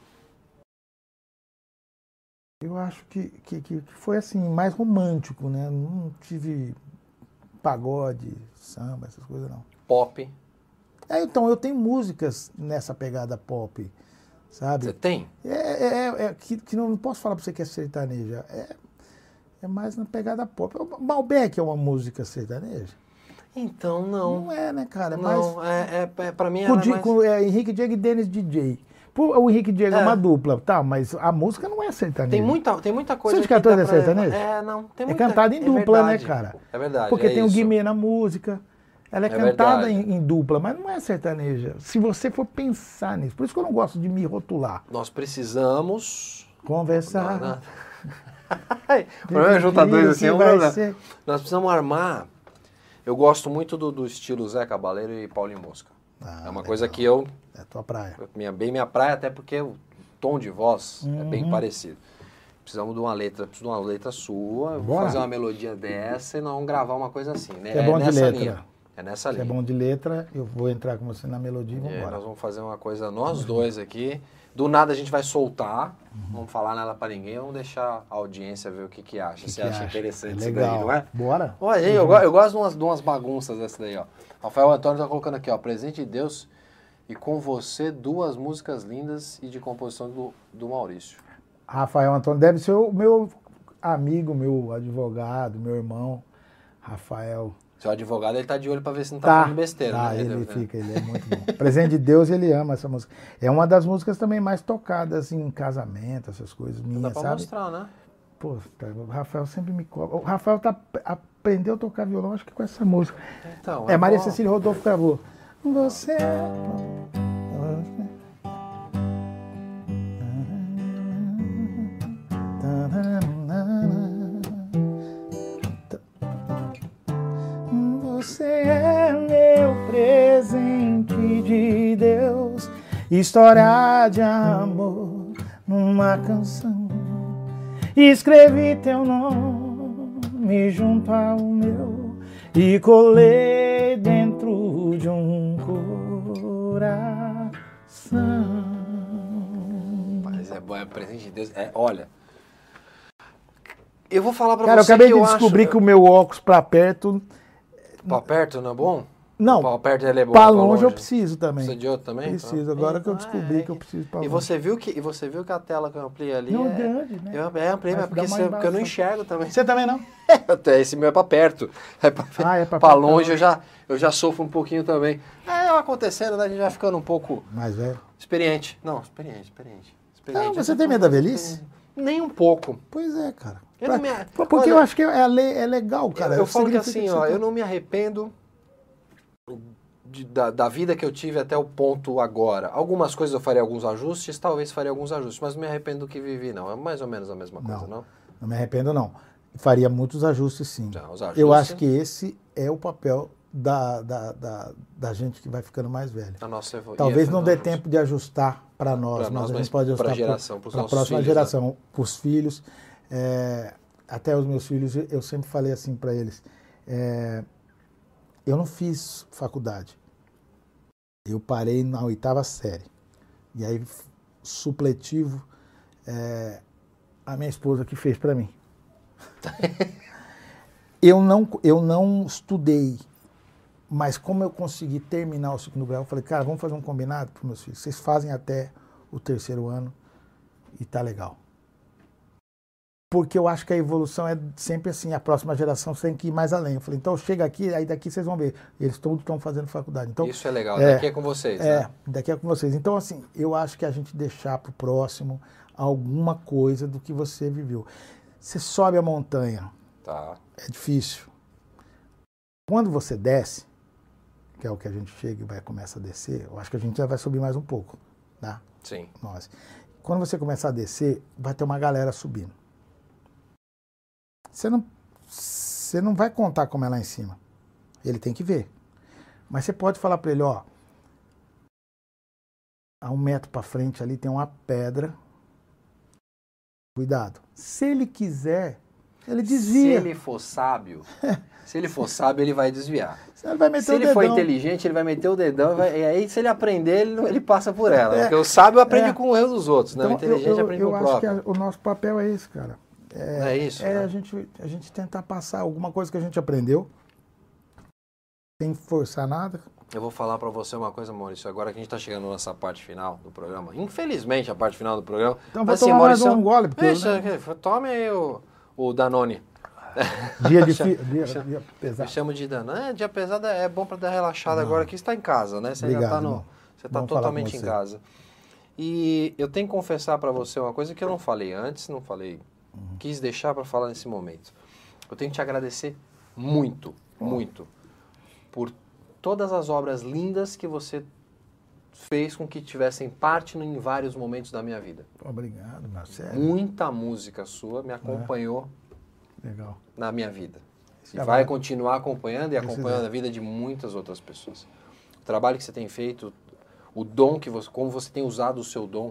Eu acho que, que, que foi assim, mais romântico, né? Não tive pagode, samba, essas coisas não. Pop. É, então, eu tenho músicas nessa pegada pop, sabe? Você tem? É, é, é que, que não posso falar pra você que é sertaneja. É, é mais na pegada pop. Malbec é uma música sertaneja? Então, não. Não é, né, cara? É não, mais, é, é, é, pra mim é com, mais... com é, Henrique Diego e Dennis D J. Pô, o Henrique Diego é. é uma dupla, tá, mas a música não é sertaneja. Tem muita, tem muita coisa Você de cantor é sertanejo? É, não. Tem muita... É cantada em é dupla, verdade. né, cara? É verdade. Porque é tem isso. o Guimê na música. Ela é, é cantada em, em dupla, mas não é sertaneja. Se você for pensar nisso. Por isso que eu não gosto de me rotular. Nós precisamos... Conversar. Não, não. O problema é juntar dois assim, é um problema. Ser... Nós precisamos armar... Eu gosto muito do, do estilo Zé Cabaleiro e Paulinho Mosca. Ah, é uma legal. Coisa que eu... É tua praia. Minha, bem minha praia, até porque o tom de voz uhum. é bem parecido. Precisamos de uma letra, preciso de uma letra sua, vou fazer uma melodia dessa e nós vamos gravar uma coisa assim, né? É, é bom de letra. Linha. É nessa linha. É bom de letra, eu vou entrar com você na melodia e vamos embora. É, nós vamos fazer uma coisa, nós dois aqui. Do nada a gente vai soltar, uhum. não vamos falar nada pra ninguém, vamos deixar a audiência ver o que que acha. Que Você que acha, acha interessante é isso daí, não é? Bora. Olha aí, eu, eu gosto de umas, de umas bagunças dessa daí, ó. Rafael Antônio tá colocando aqui, ó, Presente de Deus e Com Você, duas músicas lindas e de composição do, do Maurício. Rafael Antônio deve ser o meu amigo, meu advogado, meu irmão, Rafael. Seu advogado, ele tá de olho pra ver se não tá, tá falando besteira. Tá, né? ele né? fica, ele é muito bom. Presente de Deus, ele ama essa música. É uma das músicas também mais tocadas em casamento, essas coisas minhas, dá pra sabe? mostrar, né? Pô, o Rafael sempre me cobra. O Rafael tá, aprendeu a tocar violão, acho que com essa música. Então, é, é Maria bom. Cecília Rodolfo gravou. Você... Você é meu presente de Deus, história de amor numa canção. Escrevi teu nome junto ao meu e colei dentro de um coração. Mas é bom, é presente de Deus. É, olha, eu vou falar pra Cara, você eu acabei que de eu descobrir acho... que o meu óculos pra perto... Pra perto, não é bom? Não, perto ele é bom, pra longe eu preciso também. Precisa de outro também? Preciso, agora que eu descobri que eu preciso pra E longe. você viu que, e você viu que a tela que eu ampliei ali Não, é... grande, né? Eu é, ampliei, mas Mas porque, dá uma você- porque eu não embaçada. enxergo também. Você também não? Até esse meu é pra perto. É pra, Ah, é pra pra perto, longe tá eu já, eu já sofro um pouquinho também. É, acontecendo, né? A gente vai ficando um pouco Mais velho. experiente. Não, experiente, experiente. experiente. Não, você tem medo da velhice? Nem um pouco. Pois é, cara. Eu Pra- não me- Porque Olha, eu acho que é, le- é legal, cara. eu, eu falo que Significa assim, você ó, tá- eu não me arrependo de- da, da vida que eu tive até o ponto agora. Algumas coisas eu faria alguns ajustes, talvez faria alguns ajustes, mas não me arrependo do que vivi, não. É mais ou menos a mesma coisa, Não. não? Não me arrependo, não. Faria muitos ajustes, sim. Já, os ajustes. Eu acho que esse é o papel da, da, da, da gente que vai ficando mais velho. A nossa evo- Talvez ia não fazer dê um ajuste. tempo de ajustar para nós, Pra mas nós, a mas gente pode pra ajustar geração, pros para a nossos próxima filhos, geração, para os filhos. É, até os meus filhos, eu sempre falei assim para eles, é, eu não fiz faculdade. Eu parei na oitava série. E aí, supletivo, é, a minha esposa que fez para mim. eu, não, eu não estudei, mas como eu consegui terminar o segundo grau, eu falei, cara, vamos fazer um combinado para meus filhos. Vocês fazem até o terceiro ano e tá legal. Porque eu acho que a evolução é sempre assim, a próxima geração tem que ir mais além. Eu falei, então chega aqui, aí daqui vocês vão ver. Eles todos estão fazendo faculdade. Então, Isso é legal, é, daqui é com vocês, é, né? daqui é com vocês. Então, assim, eu acho que a gente deixar pro próximo alguma coisa do que você viveu. Você sobe a montanha, Tá. é difícil. Quando você desce, que é o que a gente chega e vai começa a descer, eu acho que a gente já vai subir mais um pouco, tá? Sim. Nós. Quando você começar a descer, vai ter uma galera subindo. Você não, você não vai contar como é lá em cima. Ele tem que ver. Mas você pode falar para ele, ó, a um metro para frente ali tem uma pedra. Cuidado. Se ele quiser, ele desvia. Se ele for sábio, se ele for sábio, ele vai desviar. Se ele vai meter Se o ele dedão. for inteligente, ele vai meter o dedão e, vai- e aí, se ele aprender, ele, não- ele passa por ela. Porque o sábio aprende É. com o erro dos outros, né? O Então, inteligente eu, eu, aprende eu com o acho próprio. que a- o nosso papel é esse, cara. É, Não é isso, É né? a, gente, a gente tentar passar alguma coisa que a gente aprendeu, sem forçar nada. Eu vou falar pra você uma coisa, Maurício, agora que a gente tá chegando nessa parte final do programa, infelizmente a parte final do programa. Então vou mas, assim, tomar mais Maurício, um gole. Porque eu- Isso, aqui, tome aí o, o Danone. dia, de, dia, dia Eu pesado. chamo de Danone. É, dia pesado é bom pra dar relaxada Não. agora que você tá em casa, né? Você já Obrigado, tá no, irmão. você tá Vamos falar com totalmente em você. casa. E eu tenho que confessar pra você uma coisa que eu não falei antes, não falei, Uhum. quis deixar pra falar nesse momento. Eu tenho que te agradecer muito, muito, por todas as obras lindas que você fez com que tivessem parte em vários momentos da minha vida. Obrigado, Marcelo. Muita música sua me acompanhou Legal. na minha vida. E Já vai vai. continuar acompanhando e Esse acompanhando é. a vida de muitas outras pessoas. O trabalho que você tem feito, o dom que você, como você tem usado o seu dom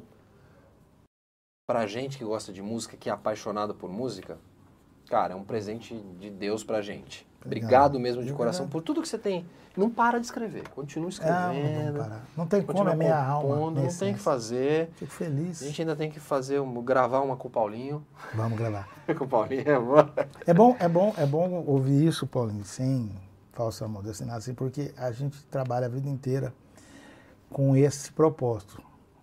pra gente que gosta de música, que é apaixonado por música, cara, é um presente de Deus pra gente. Obrigado mesmo de Obrigado. coração por tudo que você tem. Não para de escrever, continua Ah, não, escrevendo. vamos parar. Não tem como, continua é minha alma. compondo, minha não tem que essência. fazer. Fico feliz. A gente ainda tem que fazer, um- gravar uma com o Paulinho. Vamos gravar. Com o Paulinho é bom. É bom, é bom, é bom ouvir isso, Paulinho, sem falsa modéstia, nada assim, porque a gente trabalha a vida inteira com esse propósito.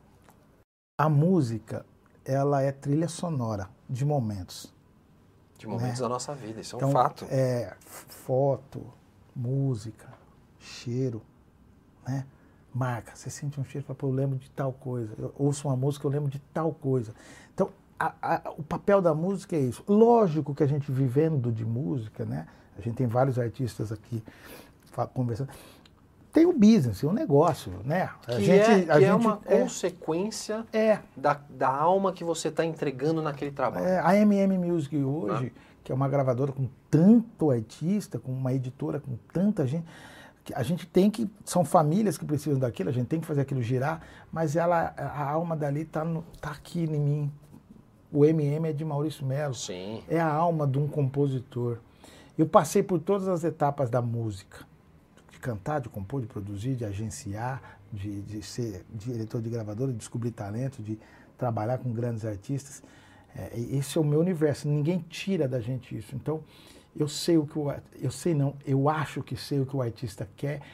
A música, ela é trilha sonora de momentos. De momentos Né? da nossa vida, isso é um Então, fato. é f- foto, música, cheiro, né? Marca. Você sente um cheiro e fala, pô, eu lembro de tal coisa. Eu ouço uma música, eu lembro de tal coisa. Então, a- a- o papel da música é isso. Lógico que a gente vivendo de música, né? A gente tem vários artistas aqui fa- conversando. Tem o business, o negócio, né? A Que, gente, é, que a é gente uma é, consequência é, da, da alma que você está entregando naquele trabalho. É, a M M Music hoje, que é uma gravadora com tanto artista, com uma editora com tanta gente, que a gente tem que, são famílias que precisam daquilo, a gente tem que fazer aquilo girar, mas ela, a alma dali está tá aqui em mim. O M M é de Maurício Melo, Sim. é a alma de um compositor. Eu passei por todas as etapas da música, de cantar, de compor, de produzir, de agenciar, de, de ser diretor de gravadora, de descobrir talento, de trabalhar com grandes artistas. É, esse é o meu universo, ninguém tira da gente isso. Então, eu sei o que o, eu sei não, eu acho que sei o que o artista quer,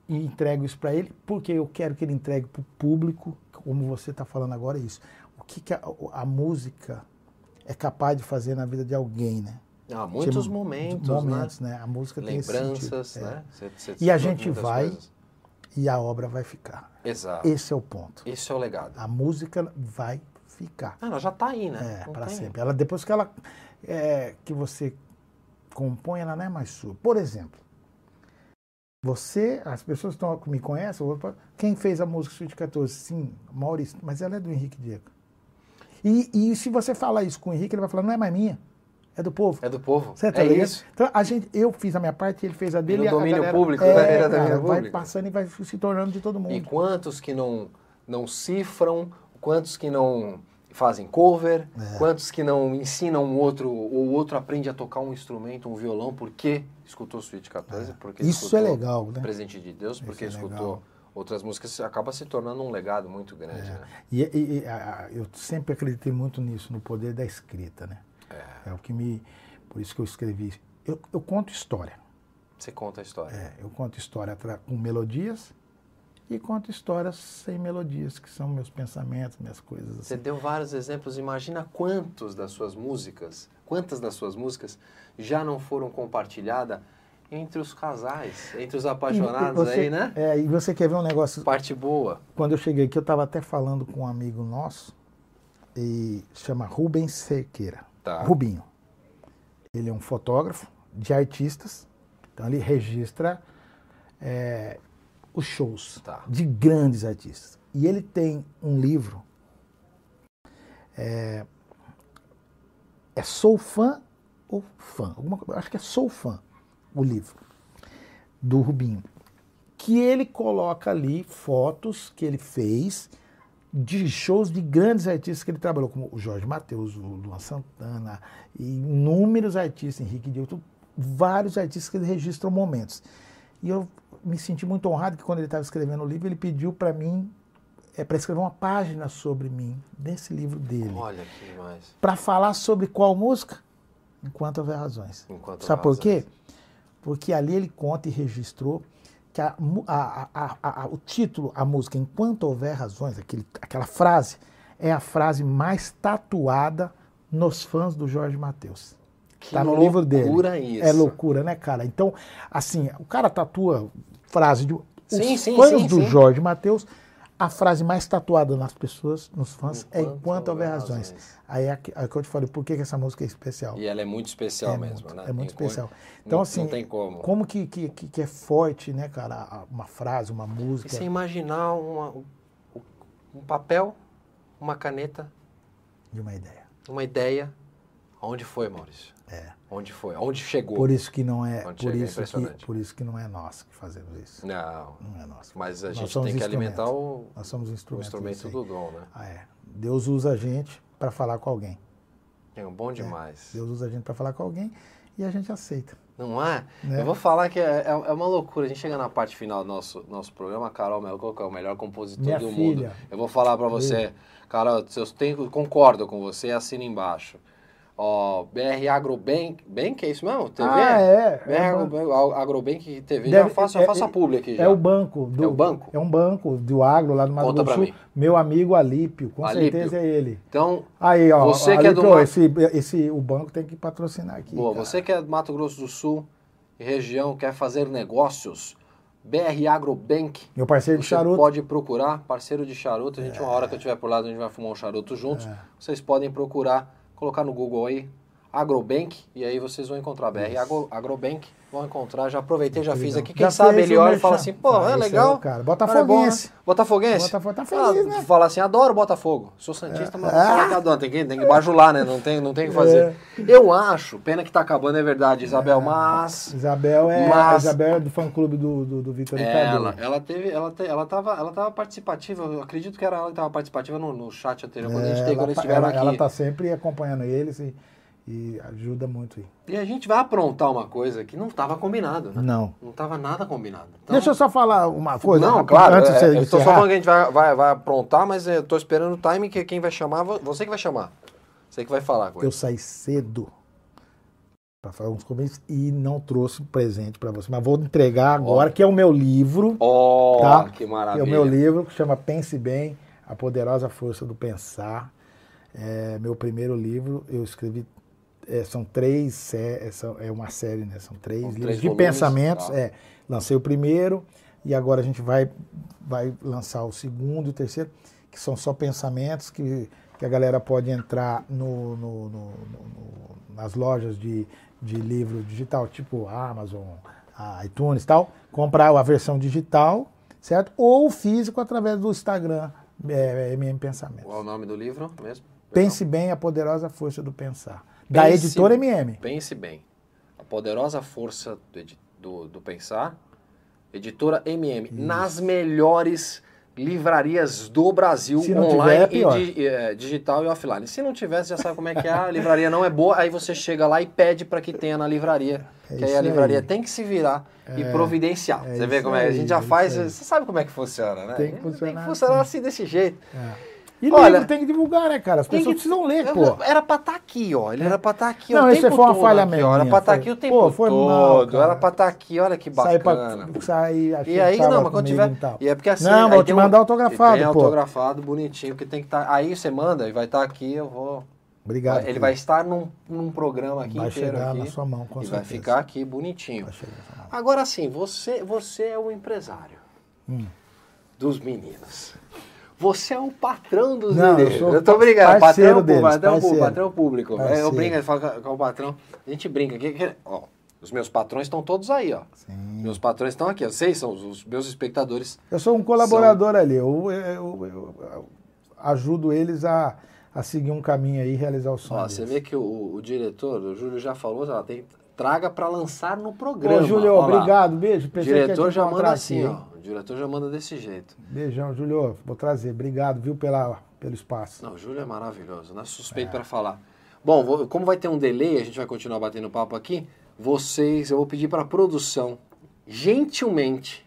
e entrego isso para ele, porque eu quero que ele entregue para o público, como você está falando agora, isso. O que, que a, a música é capaz de fazer na vida de alguém, né? Ah, muitos Tipo, momentos, momentos, né? né? A música Lembranças, tem esse sentido, né? Cê, cê e a gente vai coisas. e a obra vai ficar. Exato. Esse é o ponto. Esse é o legado. A música vai ficar. Ah, ela já está aí, né? É, para sempre. Ela, depois que ela é, que você compõe, ela não é mais sua. Por exemplo, você, as pessoas que me conhecem, quem fez a música Suíte quatorze? Sim, Maurício, mas ela é do Henrique Diego. E, e se você falar isso com o Henrique, ele vai falar, não é mais minha, é do povo. É do povo. Você tá é ligado? isso. Então, a gente, eu fiz a minha parte, ele fez a dele. E no e a domínio galera, público, é, né? Era cara, domínio vai público. passando e vai se tornando de todo mundo. E quantos que não, não cifram, quantos que não fazem cover, É. quantos que não ensinam um outro, ou o outro aprende a tocar um instrumento, um violão, porque escutou Suíte quatorze, É. porque Isso escutou é legal, né? Presente de Deus, porque Isso é escutou legal. outras músicas, acaba se tornando um legado muito grande, É. né? E, e- e, a- a- eu sempre acreditei muito nisso, no poder da escrita, né? É. É o que me... Por isso que eu escrevi. Eu, eu conto história. Você conta a história. É, eu conto história tra- com melodias e conto histórias sem melodias, que são meus pensamentos, minhas coisas Você assim. deu vários exemplos, imagina quantos das suas músicas, quantas das suas músicas já não foram compartilhadas entre os casais, entre os apaixonados você, aí, né? É, e você quer ver um negócio... Parte boa. Quando eu cheguei aqui, eu estava até falando com um amigo nosso, e chama Rubens Cerqueira. Tá. Rubinho. Ele é um fotógrafo de artistas, então ele registra é, os shows Tá. de grandes artistas. E ele tem um livro, é, é Sou Fã ou Fã? Alguma, coisa- acho que é Sou Fã, o livro, do Rubinho. Que ele coloca ali fotos que ele fez de shows de grandes artistas que ele trabalhou, como o Jorge Mateus, o Luan Santana, e inúmeros artistas, Henrique Diego, vários artistas que ele registram momentos. E eu me senti muito honrado que quando ele estava escrevendo o livro, ele pediu para mim, é, para escrever uma página sobre mim, nesse livro dele. Olha que demais. Para falar sobre qual música? Enquanto Houver Razões. Enquanto Sabe Houver por quê? Razões. Porque ali ele conta e registrou que a, a, a, a, a, o título, a música Enquanto Houver Razões, aquele, aquela frase, é a frase mais tatuada nos fãs do Jorge Mateus. Que Tá no livro dele. loucura isso. É loucura, né, cara? Então, assim, o cara tatua frase de... Sim, os sim, fãs sim, do sim. Jorge Mateus, a frase mais tatuada nas pessoas, nos fãs, é Enquanto Enquanto Houver Houver Razões. Razões. Aí é que, é que eu te falei, por que, que essa música é especial? E ela é muito especial É mesmo, muito, né? é muito Enquanto- especial. Então, não, assim, não tem como. como que, que, que que é forte, né, cara, a- uma frase, uma E música. você imaginar uma, um um papel, uma caneta, De uma ideia. uma ideia. Onde foi, Maurício? É. Onde foi? Onde chegou? Por isso que não é, Onde por chega é isso que, impressionante. por isso que não é nós que fazemos isso. Não, Não é nós. mas a Nós gente somos tem que instrumentos. alimentar o, Nós somos o instrumentos. instrumento disso aí. do dom, né? Ah, é. Deus usa a gente para falar com alguém. É um bom demais. Deus usa a gente para falar com alguém e a gente aceita. Não é? Né? Eu vou falar que é, é, é uma loucura. A gente chega na parte final do nosso, nosso programa, a Carol Melo, que é o melhor compositor Minha do filha. mundo. Eu vou falar pra você, Carol, eu tenho, concordo com você, assina embaixo. Ó, B R Agrobank, Bank, é isso mesmo? T V? Ah, é. B R É Agrobank, Agrobank T V, Deve- já faço, é- já faço a é- publi aqui já. É o banco. Do, É o banco? É um banco do agro lá do Mato Conta Grosso pra do Sul. mim. Meu amigo Alípio, com Alípio. certeza é ele. Então, Aí, ó, Você que é do Alípio, Mato- esse, esse, o banco tem que patrocinar aqui. boa, cara. você que é do Mato Grosso do Sul e região, quer fazer negócios, B R Agrobank, Meu parceiro de você charuto. pode procurar, parceiro de charuto, a gente, uma hora que eu estiver por lá, a gente vai fumar um charuto juntos, É. vocês podem procurar, colocar no Google aí, Agrobank, e aí vocês vão encontrar B R Agro, Agrobank, vão encontrar, já aproveitei, já fiz aqui, quem Já sabe fez ele o olha e fala merchan. assim, pô, Ah, é esse é legal, o cara. é Botafoguense. bom, né? Botafoguense? Botafogo tá feliz, Ah, né? Fala assim, adoro Botafogo, sou santista, mas não Ah. sou largador, tem que, tem que bajular, né, não tem, não tem o que fazer. Eu acho, pena que tá acabando, é verdade, Isabel, mas... Isabel é, Mas- Isabel é do fã-clube do, do, do Vitor Ela, Itador. ela teve, ela, te, ela, tava, ela tava participativa, eu acredito que era ela que estava participativa no, no chat anterior, quando a gente teve, quando eles ela, estiveram ela, aqui. ela tá sempre acompanhando eles e, e ajuda muito aí. E a gente vai aprontar uma coisa que não estava combinado, né? Não. Não estava nada combinado. Então, Deixa eu só falar uma coisa. não, rápido, claro, antes de é, você eu tô só encerrar. falando que a gente vai, vai, vai aprontar, mas eu tô esperando o time que quem vai chamar, você que vai chamar. Você que vai falar com ele. Eu saí cedo para fazer uns comentários e não trouxe presente para você. Mas vou entregar agora, oh. que é o meu livro. Oh, tá? Que maravilha. É o meu livro que chama Pense Bem, A Poderosa Força do Pensar. É meu primeiro livro, eu escrevi, é, são três, é, é uma série, né? São três são livros três de volumes, pensamentos. Tá. É, lancei o primeiro e agora a gente vai, vai lançar o segundo e o terceiro, que são só pensamentos que, que a galera pode entrar no, no, no, no, nas lojas de de livro digital, tipo Amazon, iTunes e tal, comprar a versão digital, certo? Ou físico através do Instagram, é, M M Pensamentos. Qual é o nome do livro mesmo? Pense Bem, A Poderosa Força do Pensar. Da Pense, editora M M. Pense Bem, A Poderosa Força do, do, do Pensar, editora M M. Isso. Nas melhores livrarias do Brasil, online tiver, e di, é, digital e offline. Se não tivesse, já sabe como é que é, a livraria não é boa, aí você chega lá e pede para que tenha na livraria, é que aí a livraria aí. tem que se virar é, e providenciar. É você vê como é, a gente já faz, você sabe como é que funciona, né? Tem que funcionar, tem que funcionar assim, desse jeito. É. E Olha, livro tem que divulgar, né, cara? As pessoas que, precisam ler, eu, pô. Era pra estar tá aqui, ó. Ele era pra estar tá aqui não, o tempo todo. Não, isso foi uma falha mesmo. Era pra estar tá aqui o tempo pô, foi, todo. Não, era pra estar tá aqui, olha que bacana. Sai pra sair, e aí, não, mas quando tiver... E é porque assim... Não, vou te mandar um, autografado, tem pô. autografado, bonitinho, que tem que estar... Tá, aí você manda e vai estar tá aqui, eu vou... Obrigado. Ele filho. vai estar num, num programa aqui vai inteiro chegar aqui. na sua mão, com e certeza. vai ficar aqui bonitinho. Vai chegar na sua mão. Agora sim, você, você é o empresário hum. dos meninos. Você é o patrão dos não, meninos. Eu, eu tô brincando, patrão, deles, patrão, parceiro. patrão público. Parceiro. Eu brinco, eu falo com o patrão. A gente brinca aqui. Que, ó, os meus patrões estão todos aí, ó. Sim. Meus patrões estão aqui. Vocês são os, os meus espectadores. Eu sou um colaborador são... ali. Eu, eu, eu, eu ajudo eles a, a seguir um caminho aí e realizar o sonho. Ó, você vê que o, o diretor, o Júlio já falou, ó, tem, traga para lançar no programa. Ô, Júlio, obrigado, beijo. O diretor já manda assim, ó. O diretor já manda desse jeito. Beijão, Júlio. Vou trazer. Obrigado, viu, pela, pelo espaço. Não, o Júlio é maravilhoso. Não é suspeito é. para falar. Bom, vou, como vai ter um delay, a gente vai continuar batendo papo aqui. Vocês, eu vou pedir para a produção, gentilmente,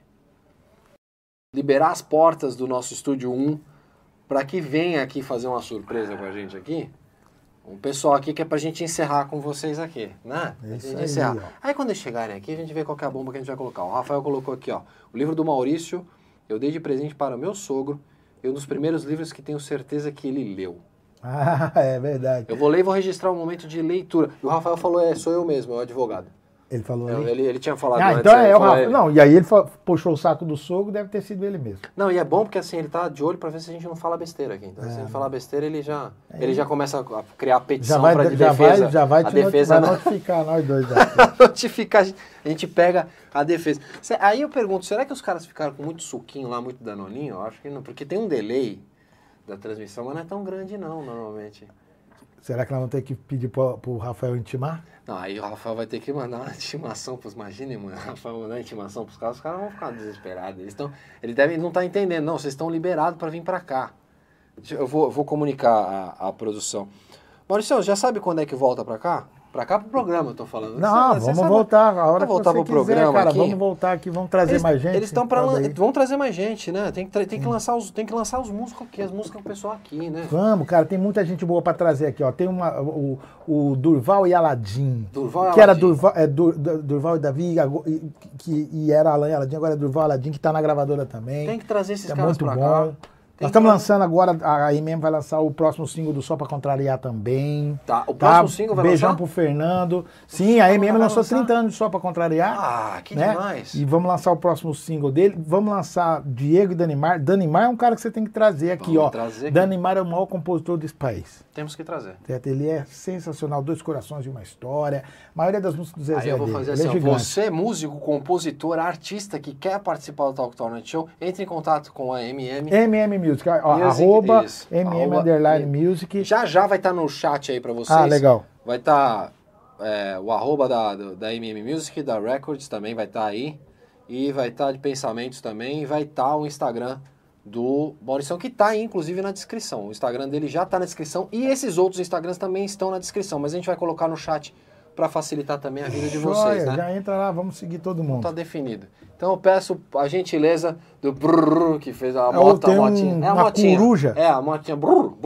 liberar as portas do nosso Estúdio um para que venha aqui fazer uma surpresa com a gente aqui. Um pessoal aqui que é pra gente encerrar com vocês aqui, né? É isso gente aí, encerrar. Ó. Aí quando eles chegarem aqui, a gente vê qual que é a bomba que a gente vai colocar. O Rafael colocou aqui, ó, o livro do Maurício, eu dei de presente para o meu sogro, e um dos primeiros livros que tenho certeza que ele leu. Ah, é verdade. Eu vou ler e vou registrar um momento de leitura. E o Rafael falou, é, sou eu mesmo, é o advogado. Ele falou é, ali? Ele, ele tinha falado ah, antes. então é o Rafael. Ele. Não, e aí ele puxou o saco do sogro, deve ter sido ele mesmo. Não, e é bom porque assim, ele tá de olho pra ver se a gente não fala besteira aqui. Então, é. se ele falar besteira, ele já, é. ele já começa a criar petição para de já defesa. Vai, já vai, a te defesa vai notificar nós dois. Notificar, a gente pega a defesa. Aí eu pergunto, será que os caras ficaram com muito suquinho lá, muito danoninho? Eu acho que não, porque tem um delay da transmissão, mas não é tão grande não, normalmente. Será que nós vamos ter que pedir pro, pro Rafael intimar? Não, aí o Rafael vai ter que mandar uma intimação pros... Imagine, mano, o Rafael mandar uma intimação pros caras, os caras vão ficar desesperados. Eles estão... Ele deve não estar entendendo. Não, vocês estão liberados para vir para cá. Eu vou, eu vou comunicar a, a produção. Maurício, já sabe quando é que volta para cá? Pra cá pro programa, eu tô falando. Não, você, vamos você voltar. A hora vamos voltar que você pro quiser, programa cara, aqui. Vamos voltar aqui, vamos trazer eles, mais gente. Eles estão para vão trazer mais gente, né? Tem que, tem, que lançar os, tem que lançar os músicos aqui, as músicas do pessoal aqui, né? Vamos, cara, tem muita gente boa para trazer aqui, ó. Tem uma, o, o Durval e Aladim. Durval e que Aladim. era Durval, é, Dur, Durval e Davi, que, e era Alain e Aladim, agora é Durval e Aladim, que tá na gravadora também. Tem que trazer esses é caras muito pra bom. cá. Nós estamos lançando agora, a M M vai lançar o próximo single do Só Pra Contrariar também. Tá, o próximo tá? single vai Beijão lançar? pro Fernando. Sim, a M M lançou lançar? trinta anos de Só Pra Contrariar. Ah, que né? demais. E vamos lançar o próximo single dele. Vamos lançar Diego e Danimar. Danimar é um cara que você tem que trazer aqui, vamos ó. Trazer aqui. Danimar é o maior compositor desse país. Temos que trazer. Ele é sensacional, Dois Corações e uma História. A maioria das músicas do Zezé Aí eu vou dele. fazer Ele assim, é ó, você, músico, compositor, artista que quer participar do Talk Tour Night Show, entre em contato com a M M. M M Music, ó, Music, arroba isso. M M Arroba underline M- Music. Já já vai estar no chat aí pra vocês. Ah, legal. Vai estar é, o arroba da, do- da M M Music, da Records também vai estar aí. E vai estar de Pensamentos também. E vai estar o Instagram do Maurição, que está aí, inclusive, na descrição. O Instagram dele já está na descrição. E esses outros Instagrams também estão na descrição. Mas a gente vai colocar no chat para facilitar também a vida de vocês, né? Já entra lá, vamos seguir todo mundo. Tá definido. Então eu peço a gentileza do brrr, que fez a É, moto, tem a motinha. um- é a uma motinha. coruja. É, a motinha. Brrr, brrr.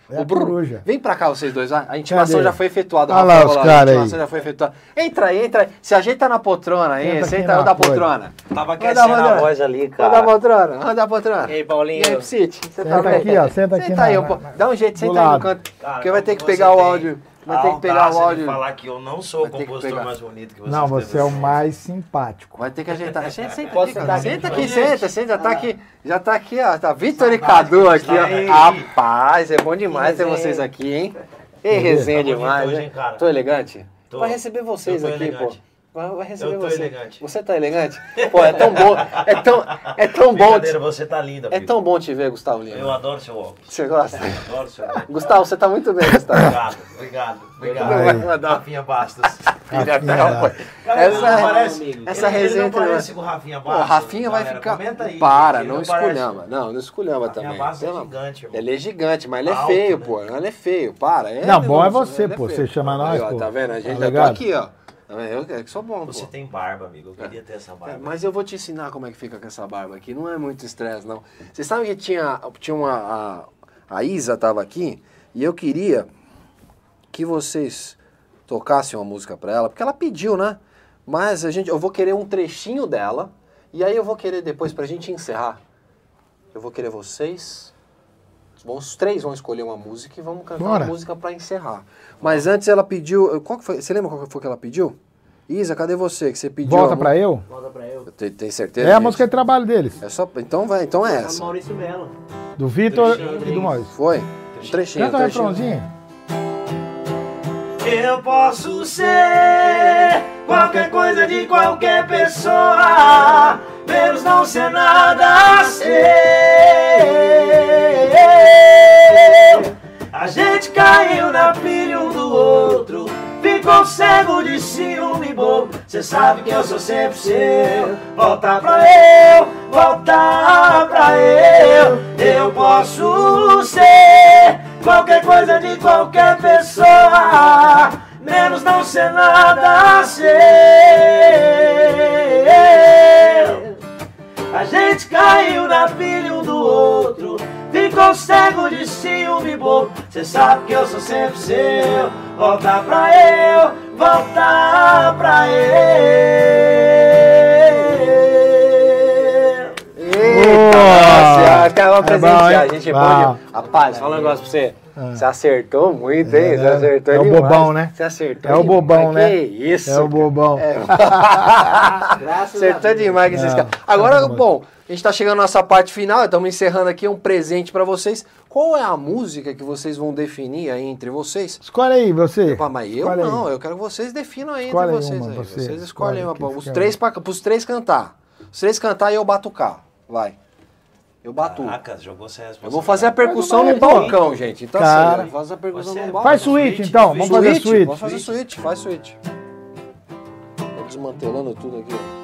É o Bruno, coruja. vem pra cá vocês dois, a intimação Cadê? já foi efetuada. Olha lá Rafael, os lá, caras a intimação aí. já foi efetuada. Entra aí, entra aí. Se ajeita na poltrona aí, Senta senta aqui aí, da na coisa. poltrona. Tava Manda aquecendo a a voz ali, Anda a cara. poltrona, anda a poltrona. E aí, Paulinho? E aí, Psite? Você Senta bem? aqui, ó, senta aqui Senta na- aí, na- pô. na- Dá um jeito, do senta aí no lado. canto. Cara, porque vai ter como que você pegar o tem áudio. Vai a ter que pegar o audácia de áudio. falar que eu não sou Vai o ter que compositor pegar. mais bonito que você Não, você é o teve. mais simpático. Vai ter que ajeitar. Senta, senta Posso aqui, cara. sentar Senta aqui, aqui, gente? senta, senta. Já tá aqui, já tá aqui, ó. Tá Vitor e Cadu aqui, Aí. ó. Rapaz, é bom demais ter resenha. vocês aqui, hein? Ei, resenha Tá bonito demais, hoje, né? hein, cara? Tô elegante? Tô. Vai receber vocês Eu tô aqui, elegante. pô. Vai, vai receber Eu tô você. elegante. Você tá elegante? Pô, é tão bom, é tão, é tão bom. Brincadeira, Te, você tá linda, é Vitor. tão bom te ver, Gustavo Lima. Eu adoro seu óculos. Você gosta? Adoro seu óculos. Gustavo, você tá muito bem, Gustavo. Obrigado, obrigado, obrigado. Não vai mandar. Rafinha Bastos. Filha Rafinha, dela, pô. Cara, ele não Essa, parece- essa ele- resenha Ele entre não nós. parece com o Rafinha Pô, Bastos. Rafinha vai galera, ficar. comenta aí, Para, ele não parece- esculhamba. Não, não esculhamba Rafinha também. Bastos é Pelo- gigante, irmão. Ele é gigante, mas ele é Alto, feio, né? pô. Ele é feio, para. É, Não, bom é irmão, você, ele é pô. feio. Você chama nós, Aí, ó, pô. tá vendo? A gente Tá já tô ligado? aqui, ó. Tá vendo? Eu que sou bom, Você pô. tem barba, amigo. Eu queria ter essa barba. É, mas eu vou te ensinar como é que fica com essa barba aqui. Não é muito estresse, não. Vocês sabem que tinha, tinha uma... A, a Isa tava aqui e eu queria que vocês tocassem uma música pra ela, porque ela pediu, né? Mas a gente, eu vou querer um trechinho dela e aí eu vou querer depois pra gente encerrar. Eu vou querer vocês... Vamos, os três vão escolher uma música e vamos cantar Bora. uma música pra encerrar. Mas antes ela pediu... Qual que foi? Você lembra qual que foi que ela pediu? Isa, cadê você? Que você pediu... Volta a pra eu? Volta pra eu. Tem, tem certeza? É a gente? música de trabalho deles. É só, então vai, então é É essa. Maurício Melo. Do Vitor Trechinho, e do Maurício. Foi? Um trechinho, Canta um o trechinho. refrãozinho. Eu posso ser qualquer coisa de qualquer pessoa, menos não ser nada a ser. A gente caiu na pilha um do outro, ficou cego de ciúme bobo. Cê sabe que eu sou sempre seu. Volta pra eu, volta pra eu. Eu posso ser qualquer coisa de qualquer pessoa, menos não ser nada a ser. A gente caiu na pilha um do outro, ficou cego de ciúme bobo. Cê sabe que eu sou sempre seu. Volta pra eu, volta pra eu. Eita, nossa, os caras vão É presentear. bom, hein? A gente é bom Bom. de... Rapaz, fala um negócio pra você. Ah. Você acertou muito, hein? É, Você né? acertou É o demais. bobão, né? Você acertou É o demais. bobão, né? Que isso. É o bobão. É. Graças Acertou demais com esses Não, caras. Agora, tá bom. bom, a gente tá chegando na nossa parte final, estamos encerrando aqui um presente pra vocês. Qual é a música que vocês vão definir aí entre vocês? Escolhe aí, você. Pá, mas eu Escolhe aí. não, eu quero que vocês definam aí Escolhe aí entre vocês. uma, aí. você. Vocês escolhem Escolhe uma, que pô. Os fica três pra, pros três cantar. Os três cantar e eu bato o carro. Vai. Eu bato. Caraca, jogou sem Eu vou fazer a percussão Faz no uma aí, balcão, gente. Então, Cara. assim, faz a percussão Você no é- balcão. Faz suíte, Suíte, então. suíte. Vamos fazer suíte. Vamos fazer suíte, faz suíte. Tô desmantelando tudo aqui, ó.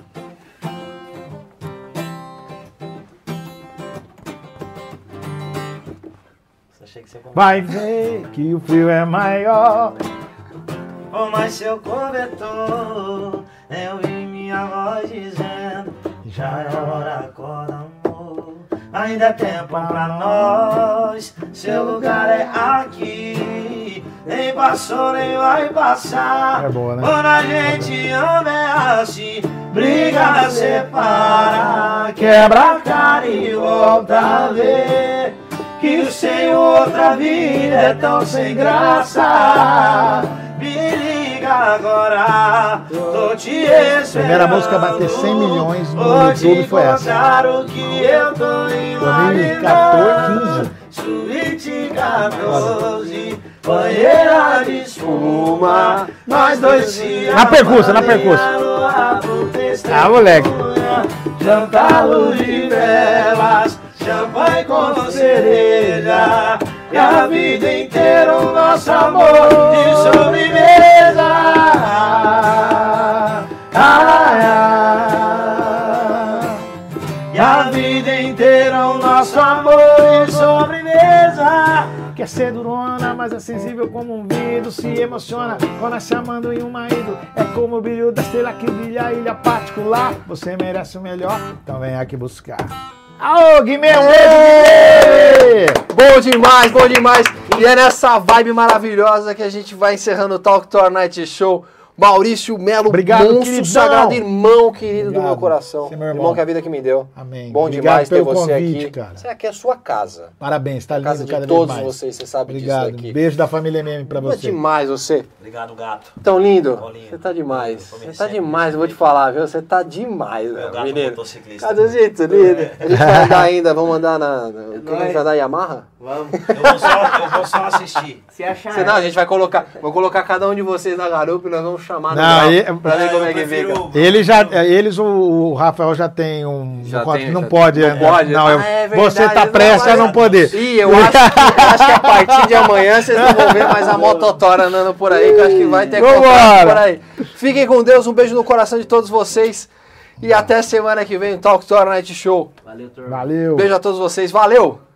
Achei que você Vai ver que o frio é maior. Oh, mas seu cobertor, eu vi minha voz dizendo, já é hora, acorda, amor. Ainda é tempo pra nós, seu lugar é aqui. Nem passou, nem vai passar. É boa, né? Quando a gente ama é assim, briga, separa, quebra a cara e volta a ver. Que sem outra vida é tão sem graça. Me liga agora, tô te esperando. Primeira música a bater cem milhões no Vou YouTube te foi essa. contar o que eu tô dois mil e quatorze, Suíte quatorze, banheira de espuma. Nós dois se Na percussa, na percussa. Ah, moleque. Jantar luz de velas, champanhe com cereja. E a vida inteira o nosso amor de sobremesa. Ai, ai. E a vida inteira o nosso amor de sobremesa. Quer ser durona, mas é sensível como um vidro. Se emociona quando é chamando em um marido. É como o brilho da estrela que brilha a ilha particular. Você merece o melhor, então vem aqui buscar. Ô, Guimê! Bom demais, bom demais. E é nessa vibe maravilhosa que a gente vai encerrando o Talk Tour Night Show. Maurício Melo, obrigado, monstro queridão. sagrado, irmão querido Obrigado. do meu coração. Você é meu irmão. Irmão que a vida que me deu. Amém. Bom Obrigado demais ter pelo você convite, aqui. cara. Você aqui é a sua casa. Parabéns, tá A lindo casa de cada todos vez mais. vocês, você sabe Obrigado. disso aqui. Beijo da família M M pra É você. demais você. Obrigado, gato. Tão lindo. Tão lindo. Você tá demais. Lindo. Você tá Sempre, demais, eu vou te sempre. falar, viu? Você tá demais, Meu meu gato menino. motociclista. Caduzito, lindo. A gente vai andar ainda, vamos andar na... na... O que a gente nóis. vai andar? Yamaha? Vamos. Eu vou só, eu vou só assistir. Se achar. Senão a gente vai colocar... Vou colocar cada um de vocês na garupa e nós vamos chamar no Não, grau e- pra ver Ah, como eu é que prefiro- fica. Ele já, eles, o, o Rafael já tem um. Já não, tem, não já pode. tem. Não né? pode? Não, eu- Ah, é você verdade, tá não, prestes a mas- não poder. Ih, eu acho, que, eu acho que a partir de amanhã vocês não vão ver mais a mototora andando por aí, que eu acho que vai ter Vambora. contrato por aí. Fiquem com Deus, um beijo no coração de todos vocês e até semana que vem, o Talk Tour Night Show. Valeu, turma. Valeu. Beijo a todos vocês, valeu!